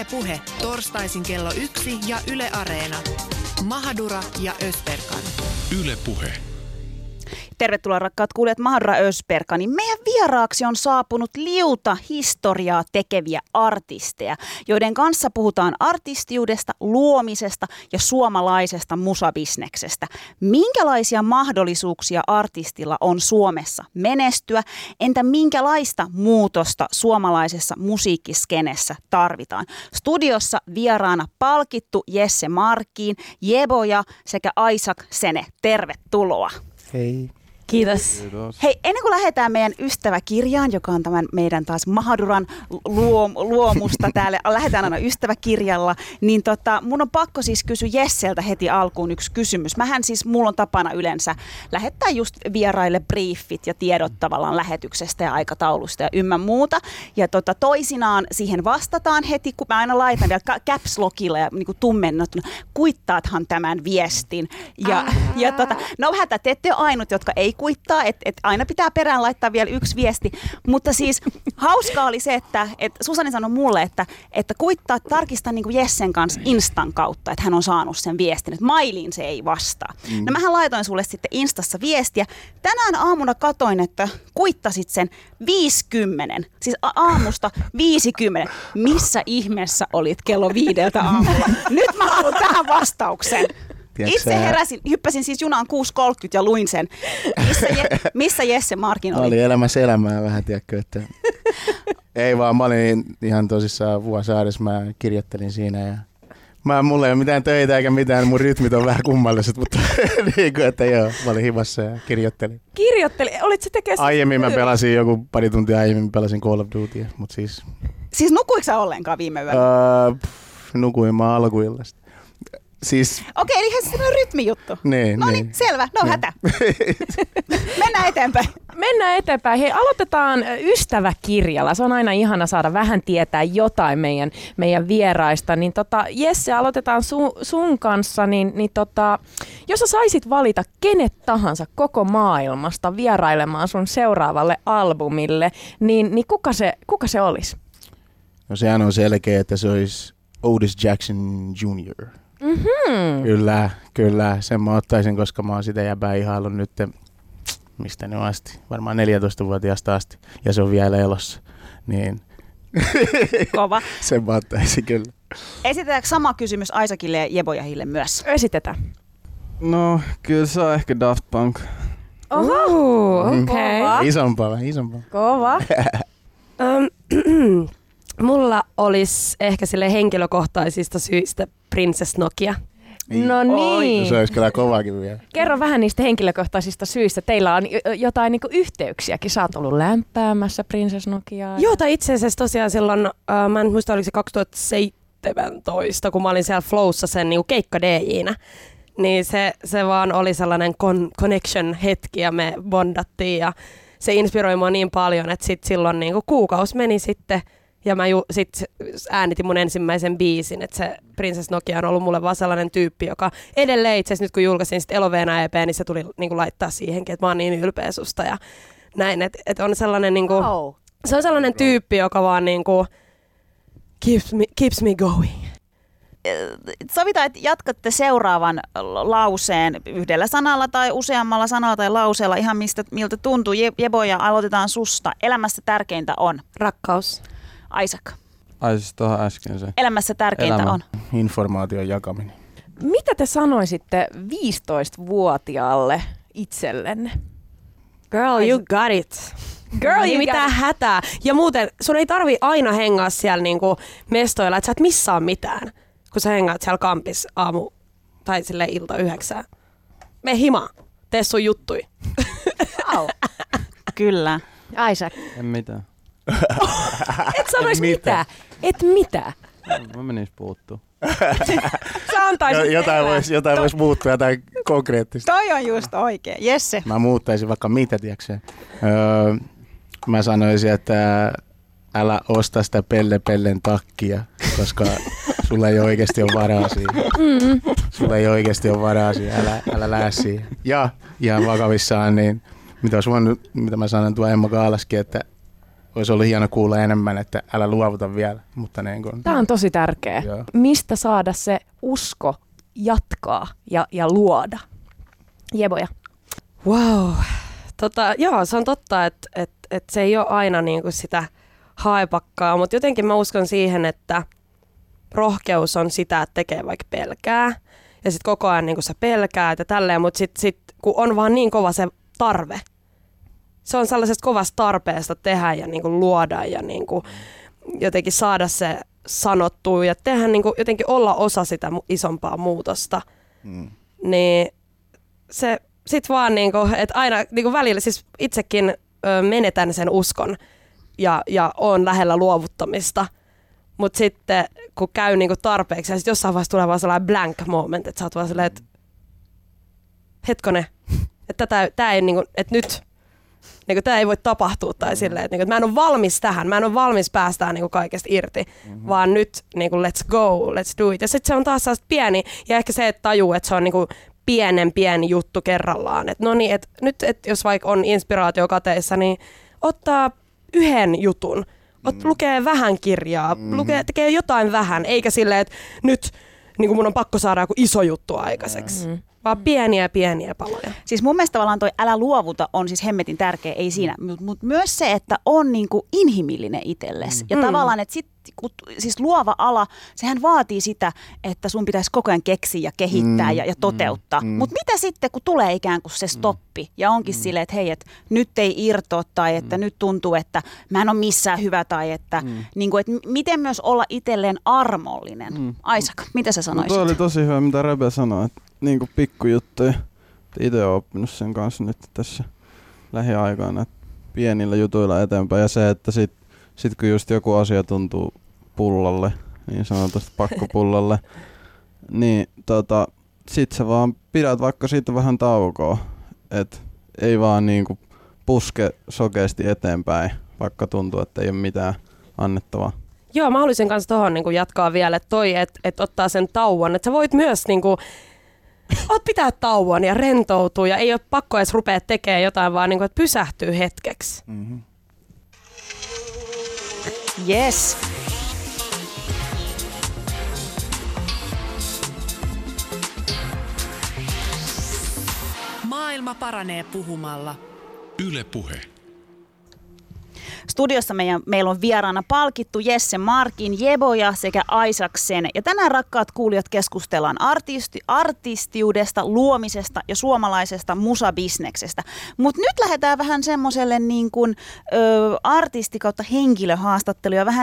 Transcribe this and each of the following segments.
Puhe, torstaisin kello 1 ja Yle Areena. Mahadura ja Ösberkan. Yle Puhe. Tervetuloa rakkaat kuulijat Mahadura Ösberkan. Meidän vieraaksi on saapunut liuta historiaa tekeviä artisteja, joiden kanssa puhutaan artistiudesta, luomisesta ja suomalaisesta musabisneksestä. Minkälaisia mahdollisuuksia artistilla on Suomessa menestyä? Entä minkälaista muutosta suomalaisessa musiikkiskenessä tarvitaan? Studiossa vieraana palkittu Jesse Markin, Jeboja sekä Isaac Sene. Tervetuloa. Hei. Kiitos. Hei, ennen kuin lähdetään meidän ystäväkirjaan, joka on tämän meidän taas Mahaduran luomusta täällä, lähdetään aina ystäväkirjalla, niin mun on pakko siis kysyä Jesseltä heti alkuun yksi kysymys. Mulla on tapana yleensä lähettää just vieraille briefit ja tiedot tavallaan lähetyksestä ja aikataulusta ja ymmän muuta. Ja toisinaan siihen vastataan heti, kun mä aina laitan vielä caps lockilla ja niin tummennettuna, kuittaathan tämän viestin. No hätä, te ette ole ainut, jotka ei kuittaa, että aina pitää perään laittaa vielä yksi viesti, mutta siis hauskaa oli se, että Susanne sanoi mulle, että kuittaa, tarkistaa niin kuin Jessen kanssa Instan kautta, että hän on saanut sen viestin, että mailiin se ei vastaa. No mähän laitoin sulle sitten Instassa viestiä. Tänään aamuna katoin, että kuittasit sen 50, siis aamusta 50. Missä ihmeessä olit kello 5 aamulla? Nyt mä haluan tähän vastauksen. Itse heräsin, hyppäsin siis junaan 6.30 ja luin sen. Missä Jesse Markin oli? Mä olin elämässä elämää vähän, tiedätkö, että ei vaan, mä olin ihan tosissaan Vuosaaressa, mä kirjoittelin siinä ja mulla ei ole mitään töitä eikä mitään, mun rytmit on vähän kummalliset, mutta niin kuin, että joo, mä olin himassa ja kirjoittelin. Olit sä tekemässä? Aiemmin mä pelasin, joku pari tuntia aiemmin pelasin Call of Dutya, mutta siis... Siis nukuiko sä ollenkaan viime yönä? Nukuin mä alkuillasta. Siis... Okei, eli ihan sellainen rytmijuttu. Niin. Selvä. Hätä. Mennään eteenpäin. Hei, aloitetaan ystäväkirjalla. Se on aina ihana saada vähän tietää jotain meidän vieraista. Niin Jesse, aloitetaan sun kanssa. Jos sä saisit valita kenet tahansa koko maailmasta vierailemaan sun seuraavalle albumille, niin kuka se olisi? No sehän on selkeä, että se olisi Otis Jackson Jr. Mm-hmm. Kyllä, sen mä ottaisin, koska mä oon sitä jäbää ihaillut nyt, mistä ne asti, varmaan 14-vuotiaasta asti, ja se on vielä elossa, niin kova. Sen mä ottaisin kyllä. Esitetäänkö sama kysymys Isaacille ja Jebojahille myös? Esitetään. No, kyllä se on ehkä Daft Punk. Oho, okei. Okay. Isompaa. Kova. Mulla olisi ehkä sille henkilökohtaisista syistä Princess Nokia. No niin. Se olisi kyllä kovakin vielä. Kerro vähän niistä henkilökohtaisista syistä. Teillä on jotain niinku yhteyksiäkin. Sä oot ollut lämpäämässä Princess Nokiaa. Joo, tai itse asiassa tosiaan silloin, mä en muista oliko se 2017, kun mä olin siellä Flowssa sen niinku keikka-DJ:nä. Niin se vaan oli sellainen connection-hetki ja me bondattiin ja se inspiroi mua niin paljon, että sit silloin niinku kuukausi meni sitten. Ja mä sit äänitin mun ensimmäisen biisin, että se Princess Nokia on ollut mulle vaan sellainen tyyppi, joka edelleen itse asiassa nyt kun julkaisin sit Eloveena EP, niin se tuli niinku laittaa siihenkin, että mä oon niin ylpeä susta ja näin, että on sellainen niinku, se on sellainen tyyppi, joka vaan niinku keeps me going. Sovitaan, että jatkatte seuraavan lauseen yhdellä sanalla tai useammalla sanalla tai lauseella, ihan miltä tuntuu. Jeboja, aloitetaan susta. Elämässä tärkeintä on? Rakkaus. Isaac. Siis tuohon äsken se. Elämässä tärkeintä on? Informaation jakaminen. Mitä te sanoisitte 15-vuotiaalle itsellenne? Girl, you got it. Girl, ei mitään hätää. Ja muuten, sun ei tarvi aina hengaa siellä niinku mestoilla, että sä et missaa mitään, kun sä hengaat siellä kampis aamu tai sille ilta 9. Mene himaan, tee sun juttui. Wow. Kyllä. Isaac. En mitään. Et sanois mitään. Et mitä? Mä menis puuttuu. Sä antaisit jotain vois muuttua, jotain konkreettista. Toi on just oikein. Jesse. Mä muuttaisin vaikka mitä, tiiäksä. Mä sanoisin, että älä osta sitä Pellen takkia, koska sulla ei oikeesti ole varaa siihen. Sulla ei oikeesti ole varaa siihen, älä lähde siihen. Ja ihan vakavissaan, niin mitä mä sanon tuo Emma Gaalaskin, että olisi ollut hieno kuulla enemmän, että älä luovuta vielä. Mutta niin kun, Tämä on tosi tärkeä. Joo. Mistä saada se usko jatkaa ja luoda? Jeboja. Wow. Joo, se on totta, että se ei ole aina niinku sitä haepakkaa, mutta jotenkin mä uskon siihen, että rohkeus on sitä, että tekee vaikka pelkää. Ja sitten koko ajan niinku sä pelkäät ja tälleen, mutta sit, kun on vaan niin kova se tarve. Se on sellaisesta kovasta tarpeesta tehdä ja niinku luoda ja niinku jotenkin saada se sanottua ja tehdä niinku jotenkin olla osa sitä isompaa muutosta. Niin se sit vaan niinku, että aina niinku välillä siis itsekin menetän sen uskon ja on lähellä luovuttamista. Mutta sitten kun käy niinku tarpeeksi ja sitten jossain vaiheessa tulee vaan sellainen blank moment, että sä oot vaan silleen, että hetkonen, että tää ei niinku, että nyt niinku, tää ei voi tapahtua tai silleen, että, niinku, että mä en ole valmis tähän, mä en ole valmis päästään niinku kaikesta irti, vaan nyt niinku let's go, let's do it. Ja sitten se on taas sellaista pieni ja ehkä se, että tajuu, että se on niinku pieni juttu kerrallaan. Että no niin, että nyt että jos vaikka on inspiraatio kateissa, niin ottaa yhden jutun. Lukee vähän kirjaa, tekee jotain vähän, eikä silleen, että nyt niin mun on pakko saada joku iso juttu aikaiseksi. Vaan pieniä paloja. Siis mun mielestä tavallaan toi älä luovuta on siis hemmetin tärkeä, ei siinä, mutta myös se, että on niinku inhimillinen itsellesi. Ja tavallaan, että siis luova ala, sehän vaatii sitä, että sun pitäisi koko ajan keksiä ja kehittää ja toteuttaa. Mutta mitä sitten, kun tulee ikään kuin se stoppi ja onkin silleen, että hei, että nyt ei irtoa tai että nyt tuntuu, että mä en ole missään hyvä tai että, niinku, että miten myös olla itselleen armollinen. Aisak, mitä sä sanoisit? Tuo oli tosi hyvä, mitä Rebe sanoi, että niinku pikkujuttuja. Itse olen oppinut sen kanssa nyt tässä lähiaikoina, että pienillä jutuilla eteenpäin ja se, että sit kun just joku asia tuntuu pullalle, niin sanotusti pakkopullalle, niin sit sä vaan pidät vaikka siitä vähän taukoa, et ei vaan niinku puske sokeasti eteenpäin, vaikka tuntuu, että ei ole mitään annettavaa. Joo, mä haluaisin kanssa tohon niinku jatkaa vielä, että että ottaa sen tauon, että sä voit myös niinku pitää tauon ja rentoutua ja ei ole pakko edes rupea tekemään jotain, vaan niinku, että pysähtyy hetkeksi. Yes. Maailma paranee puhumalla. Yle Puhe. Studiossa meillä on vieraana palkittu Jesse Markin, Jeboja sekä Aisaksen. Ja tänään, rakkaat kuulijat, keskustellaan artistiudesta, luomisesta ja suomalaisesta musabisneksestä. Mutta nyt lähdetään vähän semmoiselle niin kuin artisti- kautta henkilöhaastatteluja vähän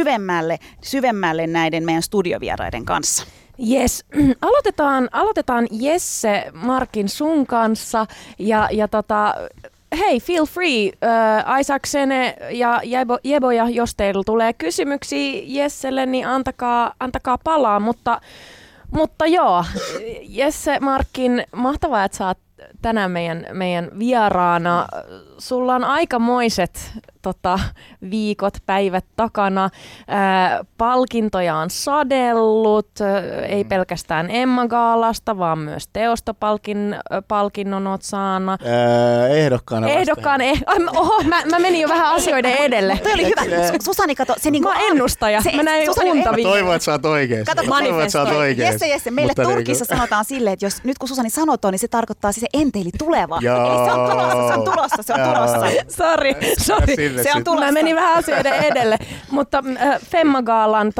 syvemmälle näiden meidän studiovieraiden kanssa. Yes. Aloitetaan Jesse Markin sun kanssa ja hei, feel free, Aisaksene ja Jeboja, jos teillä tulee kysymyksiä Jesselle, niin antakaa palaa, mutta joo, Jesse Markin, mahtavaa, että sä oot tänään meidän vieraana. Sulla on aikamoiset viikot, päivät takana. Palkintoja on sadellut, ei pelkästään Emma-gaalasta, vaan myös Teosto-palkinnon oot saanut. Ehdokkaana. Mä menin jo vähän asioiden edelle. Toi oli hyvä. Susani, kato. Se niinku, mä oon ennustaja. Mä näin unta. Toivon, että sä oot oikeesti. Kato, manifestoi. Jesse. Meille Turkissa sanotaan silleen, että jos nyt kun Susani sanoo, niin se tarkoittaa siis se enteili tuleva. Eli se on tulossa. Sori. Se on tulossa. Mä menin vähän asioiden edelle. Mutta Femma-gaalan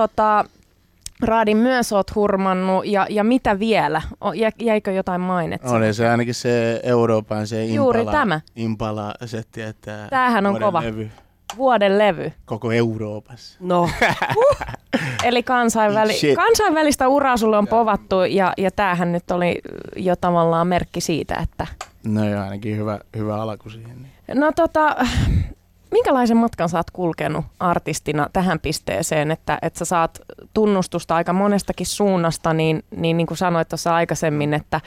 raadin myös oot hurmannut ja mitä vielä? Jäikö jotain mainetta? Oli se ainakin se Euroopan se Impala-setti, että tämähän on kova. Levy. Vuoden levy. Koko Euroopassa. No. Eli kansainvälistä uraa sulle on povattu ja tämähän nyt oli jo tavallaan merkki siitä, että... No joo, ainakin hyvä alku siihen. No minkälaisen matkan sä oot kulkenut artistina tähän pisteeseen, että sä saat tunnustusta aika monestakin suunnasta, niin kuin sanoit tuossa aikaisemmin, että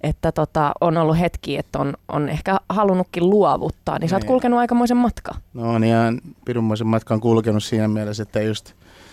on ollut hetki, että on ehkä halunnutkin luovuttaa, niin sä oot kulkenut aikamoisen matkan. No on ihan pirunmoisen matkan kulkenut siinä mielessä, että just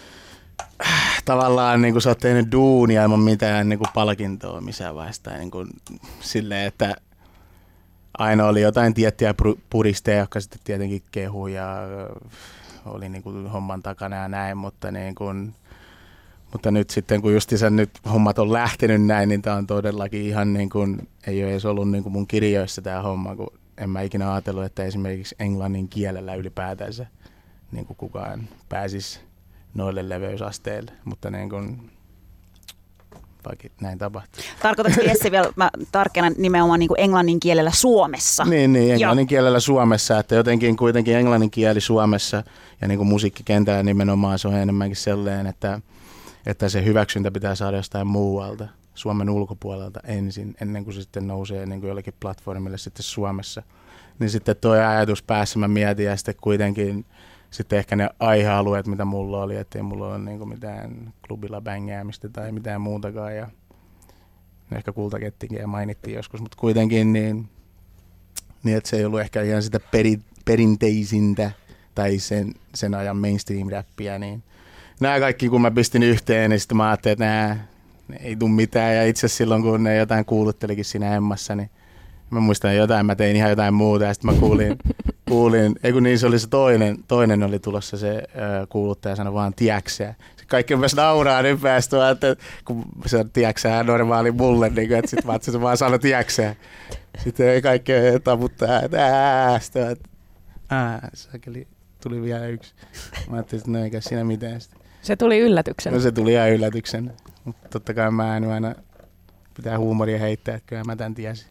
tavallaan niin kuin sä oot tehnyt duunia ilman mitään niin kuin palkintoa missään vaiheessa, niin kuin silleen, että aina oli jotain tiettyjä puristeja, jotka sitten tietenkin kehu ja oli niin kuin homman takana ja näin, mutta, niin kuin, mutta nyt sitten kun justiinsa nyt hommat on lähtenyt näin, niin tämä on todellakin ihan niin kuin, ei ole edes ollut niin kuin mun kirjoissa tämä homma, kun en mä ikinä ajatellut, että esimerkiksi englannin kielellä ylipäätänsä niin kuin kukaan pääsisi noille leveysasteille, mutta niin kuin, näin tapahtuu. Tarkoitatko Jesse vielä, mä tarkennan nimenomaan niin kuin englannin kielellä Suomessa? Niin, englannin kielellä Suomessa, että jotenkin kuitenkin englannin kieli Suomessa ja niin kuin musiikkikentällä nimenomaan se on enemmänkin sellainen, että se hyväksyntä pitää saada jostain muualta, Suomen ulkopuolelta ensin, ennen kuin se sitten nousee niin kuin jollekin platformille sitten Suomessa. Niin sitten tuo ajatus päässä mä mietin ja sitten kuitenkin sitten ehkä ne aihealueet, mitä mulla oli, ettei mulla ole niin kuin mitään klubilla bängäämistä tai mitään muutakaan. Ja ehkä Kultakettinkin mainittiin joskus, mutta kuitenkin niin että se ei ollut ehkä ihan sitä perinteisintä tai sen ajan mainstream-räppiä. Niin nämä kaikki, kun mä pistin yhteen, niin sitten mä ajattelin, että nämä ei tule mitään. Ja itse silloin, kun ne jotain kuuluttelikin siinä Emmassa, niin mä muistan jotain, mä tein ihan jotain muuta ja sitten mä kuulin, ei kun niin se oli se toinen oli tulossa se kuuluttaja sanoi vaan tiäksää. Kaikki myös nauraa nyt päästä, että kun se on tiäksää normaali mulle, niin että sitten se vaan sanoi tiäksää. Sitten ei kaikki taputtaa, että sakeli, tuli vielä yksi. Mä ajattelin, että no eikä siinä mitään. Se tuli yllätyksenä. No se tuli ihan yllätyksenä, mutta totta kai mä en aina pitää huumoria heittää, että kyllä mä tämän tiesin.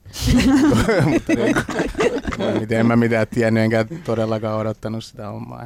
Mutta en mä mitään tiennyt, enkä todellakaan odottanut sitä hommaa.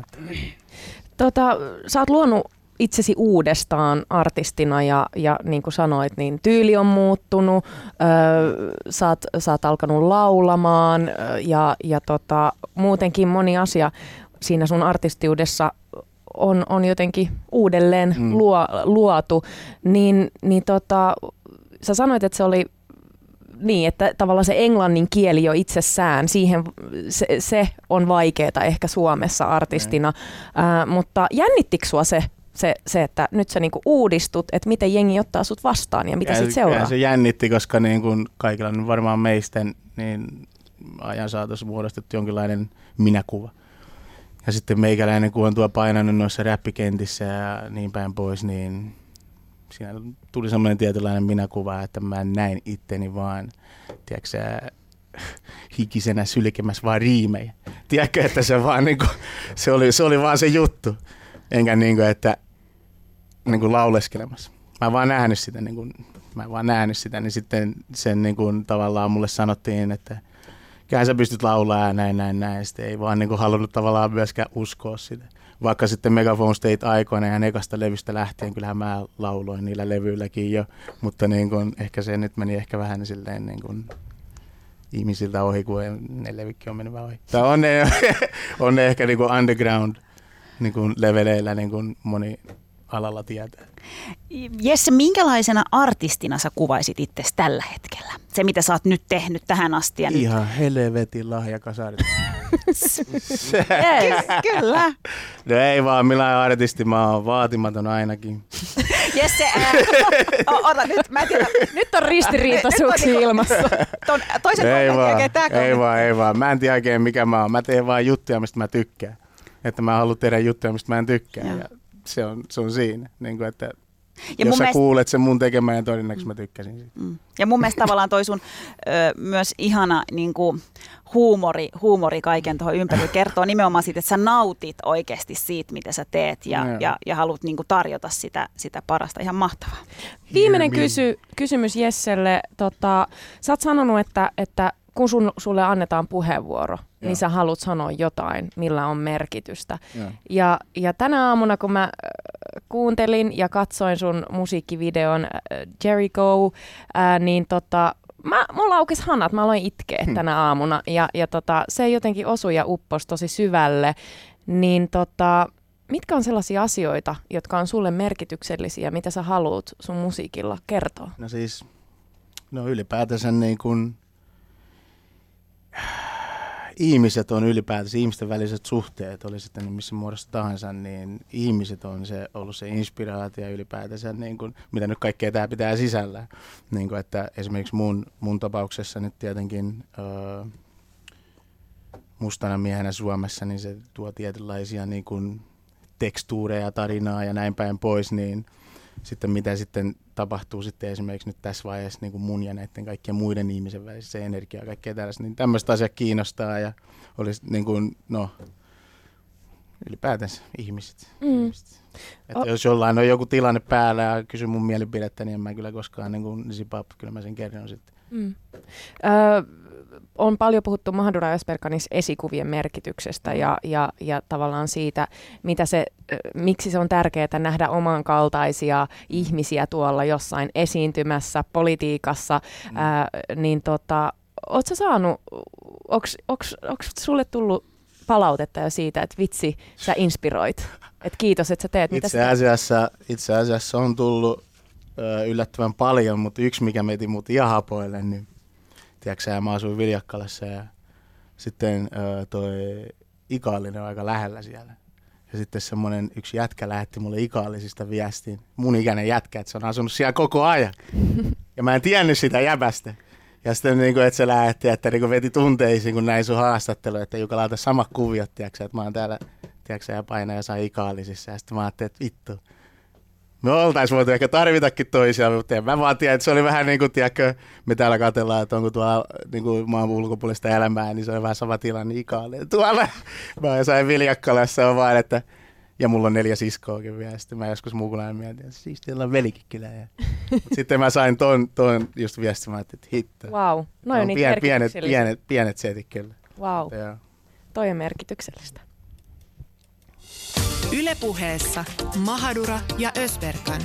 Sä oot luonut itsesi uudestaan artistina ja niin kuin sanoit, niin tyyli on muuttunut, sä oot alkanut laulamaan ja muutenkin moni asia siinä sun artistiudessa on jotenkin uudelleen luotu, niin sä sanoit, että se oli niin, että tavallaan se englannin kieli jo itsessään, se on vaikeaa ehkä Suomessa artistina, mutta jännittikö sua se, että nyt sä niinku uudistut, että miten jengi ottaa sut vastaan ja mitä sit seuraa? Se jännitti, koska niin kuin kaikilla on varmaan meistä niin ajan saatossa muodostettu jonkinlainen minäkuva. Ja sitten meikäläinen, kun on tuo painanut noissa räppikentissä ja niin päin pois, niin siinä tuli semmoinen tietynlainen minäkuva, että mä näin itteni vaan, tiedätkö sä, hikisenä sylkemässä vaan riimejä. Tiedätkö, että se vaan niinku, se oli vaan se juttu. Enkä niinku, että niinku lauleskelemassa. Mä en vaan nähnyt sitä, niin sitten sen niinku tavallaan mulle sanottiin, että kyllähän sä pystyt laulaa ja näin. Sitten ei vaan niinku halunnut tavallaan myöskään uskoa sitä. Vaikka sitten Megaphone State aikoina ja ekasta levystä lähtien, kyllähän mä lauloin niillä levyilläkin jo, mutta niin kun, ehkä se nyt meni ehkä vähän silleen niin kun ihmisiltä ohi, kun ne levykin on mennyt vähän ohi. Tai on ne ehkä niin kun underground niin kun leveleillä niin kun moni alalla tietää. Jesse, minkälaisena artistina sä kuvaisit itsesi tällä hetkellä? Se, mitä sä oot nyt tehnyt tähän asti. Ja ihan nyt. Helvetin lahjakasari. Kyllä. No ei vaan, millään artisti, mä oon vaatimaton ainakin. Jesse, ota nyt, mä en tiedä. Nyt on ristiriitaisuuksia ilmassa. Toisen ei vaan. Mä en tiedä oikein mikä mä oon. Mä teen vaan juttuja, mistä mä tykkään. Että mä haluan tehdä juttuja, mistä mä en tykkää. Ja se on siinä. Niin kuin, että ja jos sä kuulet sen mun tekemään, niin todennäköisesti mä tykkäsin siitä. Ja mun mielestä tavallaan toi sun myös ihana niin kuin huumori kaiken tuohon ympärille kertoo nimenomaan siitä, että sä nautit oikeasti siitä, mitä sä teet ja haluat niin kuin tarjota sitä parasta. Ihan mahtavaa. Viimeinen kysymys Jesselle. Sä oot sanonut, että kun sulle annetaan puheenvuoro, niin sä haluat sanoa jotain, millä on merkitystä. Ja tänä aamuna, kun mä kuuntelin ja katsoin sun musiikkivideon Jericho, niin mulla aukesi hanat, mä aloin itkeä tänä aamuna. Ja se jotenkin osui ja upposi tosi syvälle. Niin mitkä on sellaisia asioita, jotka on sulle merkityksellisiä, mitä sä haluat sun musiikilla kertoa? No siis, ylipäätänsä niin kuin ihmiset on ylipäätänsä, ihmisten väliset suhteet, oli sitten missä muodossa tahansa, niin ihmiset on ollut se inspiraatio ylipäätänsä, niin kuin, mitä nyt kaikkea tämä pitää sisällään. Niin kuin, että esimerkiksi mun tapauksessa nyt tietenkin mustana miehenä Suomessa, niin se tuo tietynlaisia niin kuin tekstuureja, tarinaa ja näin päin pois, niin sitten mitä sitten tapahtuu sitten esimerkiksi nyt tässä vaiheessa niin kuin mun ja näiden kaikkien muiden ihmisen välissä energiaa ja kaikkea tällaista, niin tämmöistä asiaa kiinnostaa ja olisi niin kuin, ylipäätänsä ihmiset. Että jos jollain on joku tilanne päällä ja kysyy mun mielipidettä, niin en mä kyllä koskaan niin kuin zip-up, kyllä mä sen kerron sitten. On paljon puhuttu Mahadura Özberganis esikuvien merkityksestä ja tavallaan siitä, miksi se on tärkeää nähdä oman kaltaisia ihmisiä tuolla jossain esiintymässä, politiikassa, niin ootko sä saanut, onko sulle tullut palautetta jo siitä, että vitsi, sä inspiroit, että kiitos, että sä teet mitä Itse asiassa on tullut yllättävän paljon, mutta yksi mikä meti mut ihan hapoille, niin tiedätkö, mä asuin Viljakkalassa ja sitten toi Ikaalinen on aika lähellä siellä. Ja sitten semmoinen yksi jätkä lähetti mulle Ikaallisista viestin, mun ikäinen jätkä, että se on asunut siellä koko ajan. Ja mä en tiennyt sitä jäbästä. Ja sitten niin kuin, että se lähetti, että niin kuin veti tunteisiin, kun näin sun haastattelu, että Jukka laita samat kuviot, tiedätkö, että mä oon täällä, tiedätkö, ja painaa jossain Ikaalisissa. Ja sitten mä ajattelin, että vittu. Me oltais voitu ehkä tarvitakin toisia, mutta mä vaan tiedän, että se oli vähän niin kuin, tiedätkö, me täällä katsellaan, että onko tuolla niin kuin maan ulkopuolista elämää, niin se oli vähän sama tilanne Ikaalinen. Tuolla mä jossain Viljakkalassa on vaan, että ja mulla on 4 siskoakin vielä. Sitten mä joskus mukulainen mietin, että siis teillä on velikin kyllä. Sitten mä sain ton just viestimään, että hitto. Wow, no on niitä pienet setit kyllä. Wow, toi on merkityksellistä. Yle Puheessa Mahadura ja Özbergan.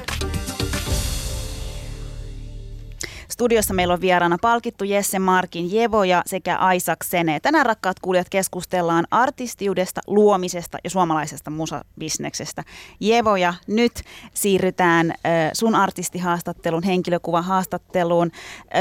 Studiossa meillä on vieraana palkittu Jesse Markin Jevoja sekä Isaac Sene. Tänään, rakkaat kuulijat, keskustellaan artistiudesta, luomisesta ja suomalaisesta musabisneksestä. Jevoja, nyt siirrytään sun artistihaastattelun, henkilökuvahaastatteluun.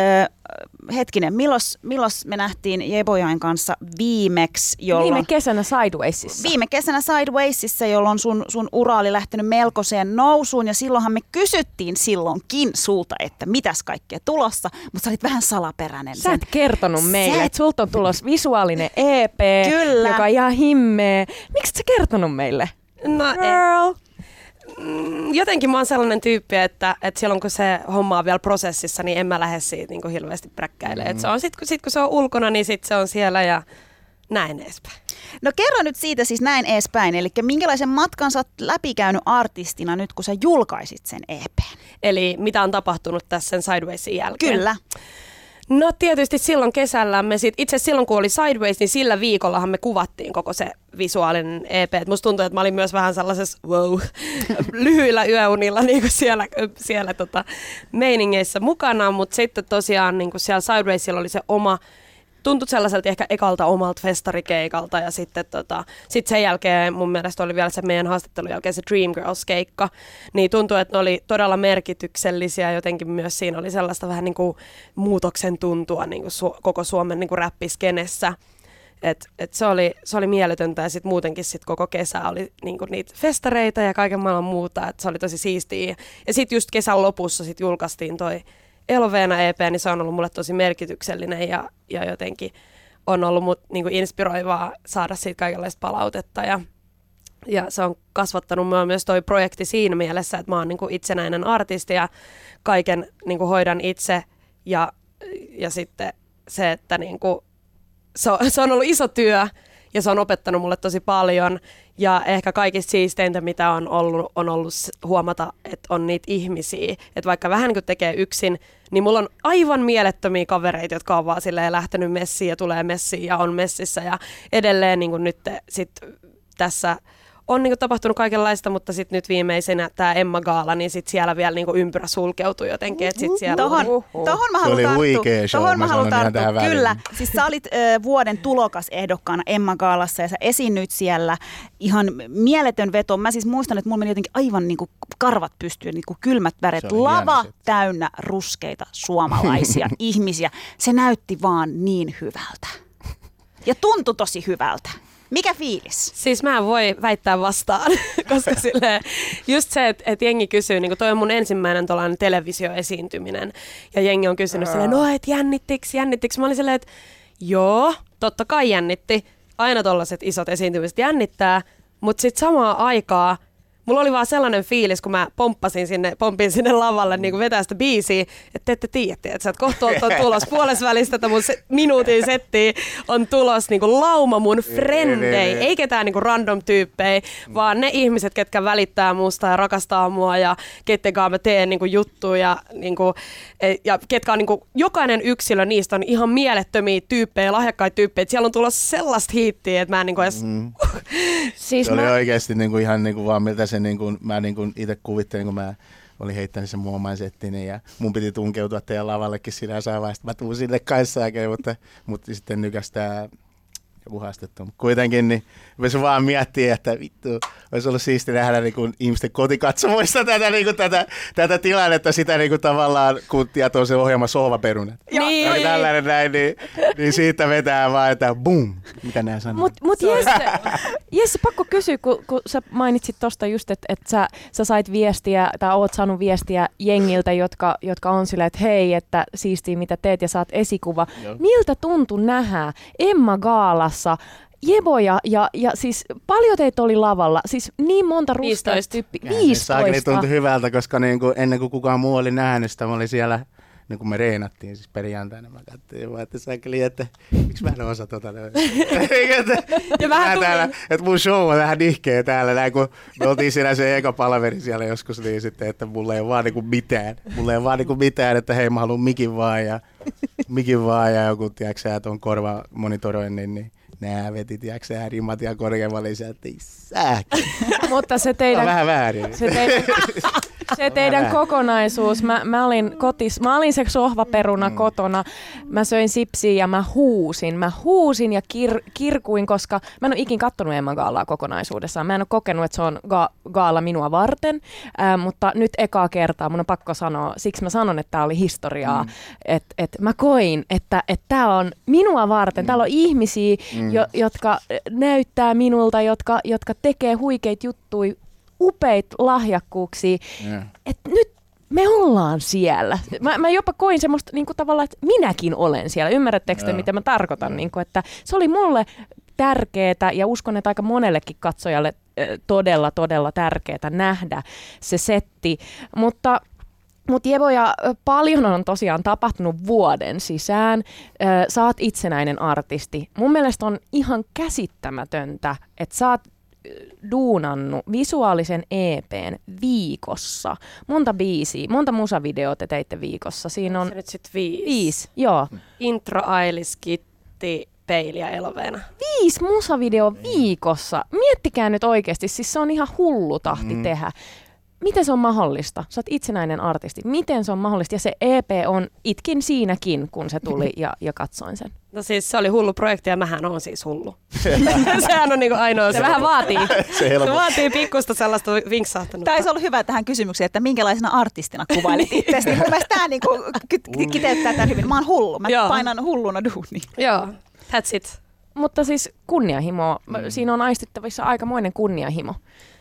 Hetkinen, milloin me nähtiin Jevojain kanssa viimeksi? Viime kesänä Sidewaysissa. Viime kesänä Sidewaysissa, jolloin sun ura oli lähtenyt melkoiseen nousuun ja silloinhan me kysyttiin silloinkin sulta, että mitäs kaikkea tulossa, mutta sä olit vähän salaperäinen. Sä et kertonut meille, että sulta on tulossa visuaalinen EP, Kyllä. joka on ihan himmeä. Miksi et sä kertonut meille? No, Girl. Jotenkin mä oon sellainen tyyppi, että silloin kun se homma on vielä prosessissa, niin en mä lähde siitä niin kuin hirveästi präkkäilemään. Se on sit kun se on ulkona, niin sit se on siellä ja näin edespäin. No kerro nyt siitä siis näin edespäin, eli minkälaisen matkan sä oot läpikäynyt artistina nyt, kun sä julkaisit sen EP:n? Eli mitä on tapahtunut tässä sen Sidewaysin jälkeen? Kyllä. No tietysti silloin kesällä, itse asiassa silloin kun oli Sideways, niin sillä viikollahan me kuvattiin koko se visuaalinen EP. Et musta tuntui, että mä olin myös vähän sellaisessa lyhyillä yöunilla niin kuin siellä meiningeissä mukana, mutta sitten tosiaan niin kuin siellä Sidewaysilla oli se oma, tuntui sellaiselta ehkä ekalta omalta festarikeikalta ja sitten sit sen jälkeen mun mielestä oli vielä se meidän haastattelun jälkeen se Dreamgirls-keikka, niin tuntui, että ne oli todella merkityksellisiä, jotenkin myös siinä oli sellaista vähän niin kuin muutoksen tuntua niin kuin koko Suomen niin kuin räppiskenessä. Et se oli mieletöntä ja sitten muutenkin sit koko kesä oli niinku niitä festareita ja kaiken maailman muuta, että se oli tosi siistiä. Ja sitten just kesän lopussa sit julkaistiin toi Eloveena EP, niin se on ollut mulle tosi merkityksellinen ja jotenkin on ollut niinku inspiroivaa saada siitä kaikenlaista palautetta ja se on kasvattanut mua myös toi projekti siinä mielessä, että mä oon niinku itsenäinen artisti ja kaiken niinku hoidan itse ja sitten se, että niinku se on ollut iso työ ja se on opettanut mulle tosi paljon ja ehkä kaikista siisteintä, mitä on ollut huomata, että on niitä ihmisiä. Että vaikka vähän niin kuin tekee yksin, niin mulla on aivan mielettömiä kavereita, jotka on vaan silleen lähtenyt messiin ja tulee messiin ja on messissä ja edelleen niin kuin nyt sit tässä on niinku tapahtunut kaikenlaista, mutta sitten nyt viimeisenä tämä Emma Gaala, niin sitten siellä vielä niinku ympyrä sulkeutui jotenkin. Tohon mä haluan tarttua. Kyllä. Siis sä olit vuoden tulokasehdokkaana Emma Gaalassa ja sä esiinnyit siellä ihan mieletön veto. Mä siis muistan, että mulla meni jotenkin aivan niinku karvat pystyyn, niinku kylmät väret. Lava täynnä ruskeita suomalaisia ihmisiä. Se näytti vaan niin hyvältä. Ja tuntui tosi hyvältä. Mikä fiilis? Siis mä en voi väittää vastaan, koska silleen, just se, että jengi kysyy, niin toi on mun ensimmäinen tuollainen televisioesiintyminen, ja jengi on kysynyt silleen, no et jännittiks? Mä olin silleen, että joo, totta kai jännitti, aina tollaiset isot esiintymiset jännittää, mutta sitten samaan aikaan mulla oli vaan sellainen fiilis, kun mä pomppin sinne lavalle niin kuin vetää sitä biisiä, että te ette tiedä, että sä oot kohta tulos puolesvälistä, tätä mun minuutin settiä on tulos niin kuin lauma mun frendei, ei ketään niin kuin random tyyppejä, vaan ne ihmiset, ketkä välittää musta ja rakastaa mua ja ketten kanssa mä teen niin kuin juttuja niin kuin, ja ketkä on niin kuin, jokainen yksilö niistä on ihan mielettömiä tyyppejä, lahjakkaita tyyppejä, että siellä on tulossa sellaista hiittiä, että mä en niin kuin edes... Siis se oli oikeasti niin kuin ihan niin kuin vaan miltä se niin kuin, mä niin kuin itse kuvittelin, kun mä olin heittänyt sen muomaan settini ja mun piti tunkeutua teidän lavallekin siinä jossain vaiheessa. Mä tuun sille kaissaakin, mutta sitten nykästää joku haastettu. Kuitenkin niin voisin vaan miettiä, että vittu, olisi ollut siisti nähdä niin kuin ihmisten kotikatsomoissa tätä tilannetta, sitä niin kuin tavallaan, kun tietää se ohjelma Sohvaperunat. Niin. Tällainen näin, niin siitä vetää vaan, että boom, mitä nää sanoo. Mut Jesse, pakko kysyä, kun sä mainitsit tosta just, että sä sait viestiä, tai oot saanut viestiä jengiltä, jotka on silleen, että hei, että siistiä mitä teet ja saat esikuva. Joo. Miltä tuntui nähdä Emma Gaalassa Jebo ja siis paljon teitä oli lavalla, siis niin monta rustaista tyyppiä. 15. Se tuntui hyvältä, koska niinku, ennen kuin kukaan muu oli nähnyt sitä, mä olin siellä, niin kun me reenattiin siis perjantaina, mä katsoin vaan, että saakeli, että miksi mä en osaa tota. Ja vähän täällä, että mun show on vähän nihkeä täällä, näin kun me oltiin siinä se eka palaveri siellä joskus niin sitten, että mulla ei vaan niinku mitään. Mulla ei vaan niinku mitään, että hei mä haluan mikin vaan ja joku, tiedätkö sä, tuon korva monitoroinnin, niin nää veti, tiedätkö sä, rimat ja korkeamalla lisää, että ei sääkin. Mutta se teidän... vähän väärin. Se teidän kokonaisuus, mä olin se sohvaperuna kotona, mä söin sipsiä ja mä huusin ja kirkuin, koska mä en ole ikin kattonut Emma Gaalaa kokonaisuudessaan. Mä en ole kokenut, että se on gaala minua varten, mutta nyt ekaa kertaa mun on pakko sanoa, siksi mä sanon, että tää oli historiaa, että mä koin, että tää on minua varten, täällä on ihmisiä, jotka näyttää minulta, jotka tekee huikeita juttuja, upeita lahjakkuuksia, että nyt me ollaan siellä. Mä jopa koin semmoista niin kuin tavallaan, että minäkin olen siellä. Ymmärrättekö te, mitä mä tarkoitan? Niin kuin, että se oli mulle tärkeää ja uskon, että aika monellekin katsojalle todella, todella tärkeää nähdä se setti. Mutta Jeboja, paljon on tosiaan tapahtunut vuoden sisään. Sä oot itsenäinen artisti. Mun mielestä on ihan käsittämätöntä, että sä oot duunannut visuaalisen EP:n viikossa. Monta biisiä, monta musavideota teitte viikossa. Siinä on nyt sit 5. 5, joo. Intro, Ailis, Kitti, Peili ja Eloveena. 5 musavideo viikossa. Miettikää nyt oikeasti, siis se on ihan hullu tahti tehdä. Miten se on mahdollista? Sä oot itsenäinen artisti. Miten se on mahdollista? Ja se EP on, itkin siinäkin, kun se tuli ja katsoin sen. No siis se oli hullu projekti ja mähän on siis hullu. Sehän on niinku ainoa. Se vähän vaatii. Se vaatii pikkusta sellaista vinksahtanutta. Tämä olisi ollut hyvä tähän kysymykseen, että minkälaisena artistina kuvailit itseäsi. Mun mielestä tämä niinku kiteyttää tämän hyvin. Mä oon hullu. Mä painan hulluna duunia. Joo, that's it. Mutta siis kunnianhimo. Siinä on aistittavissa aikamoinen kunnianhimo.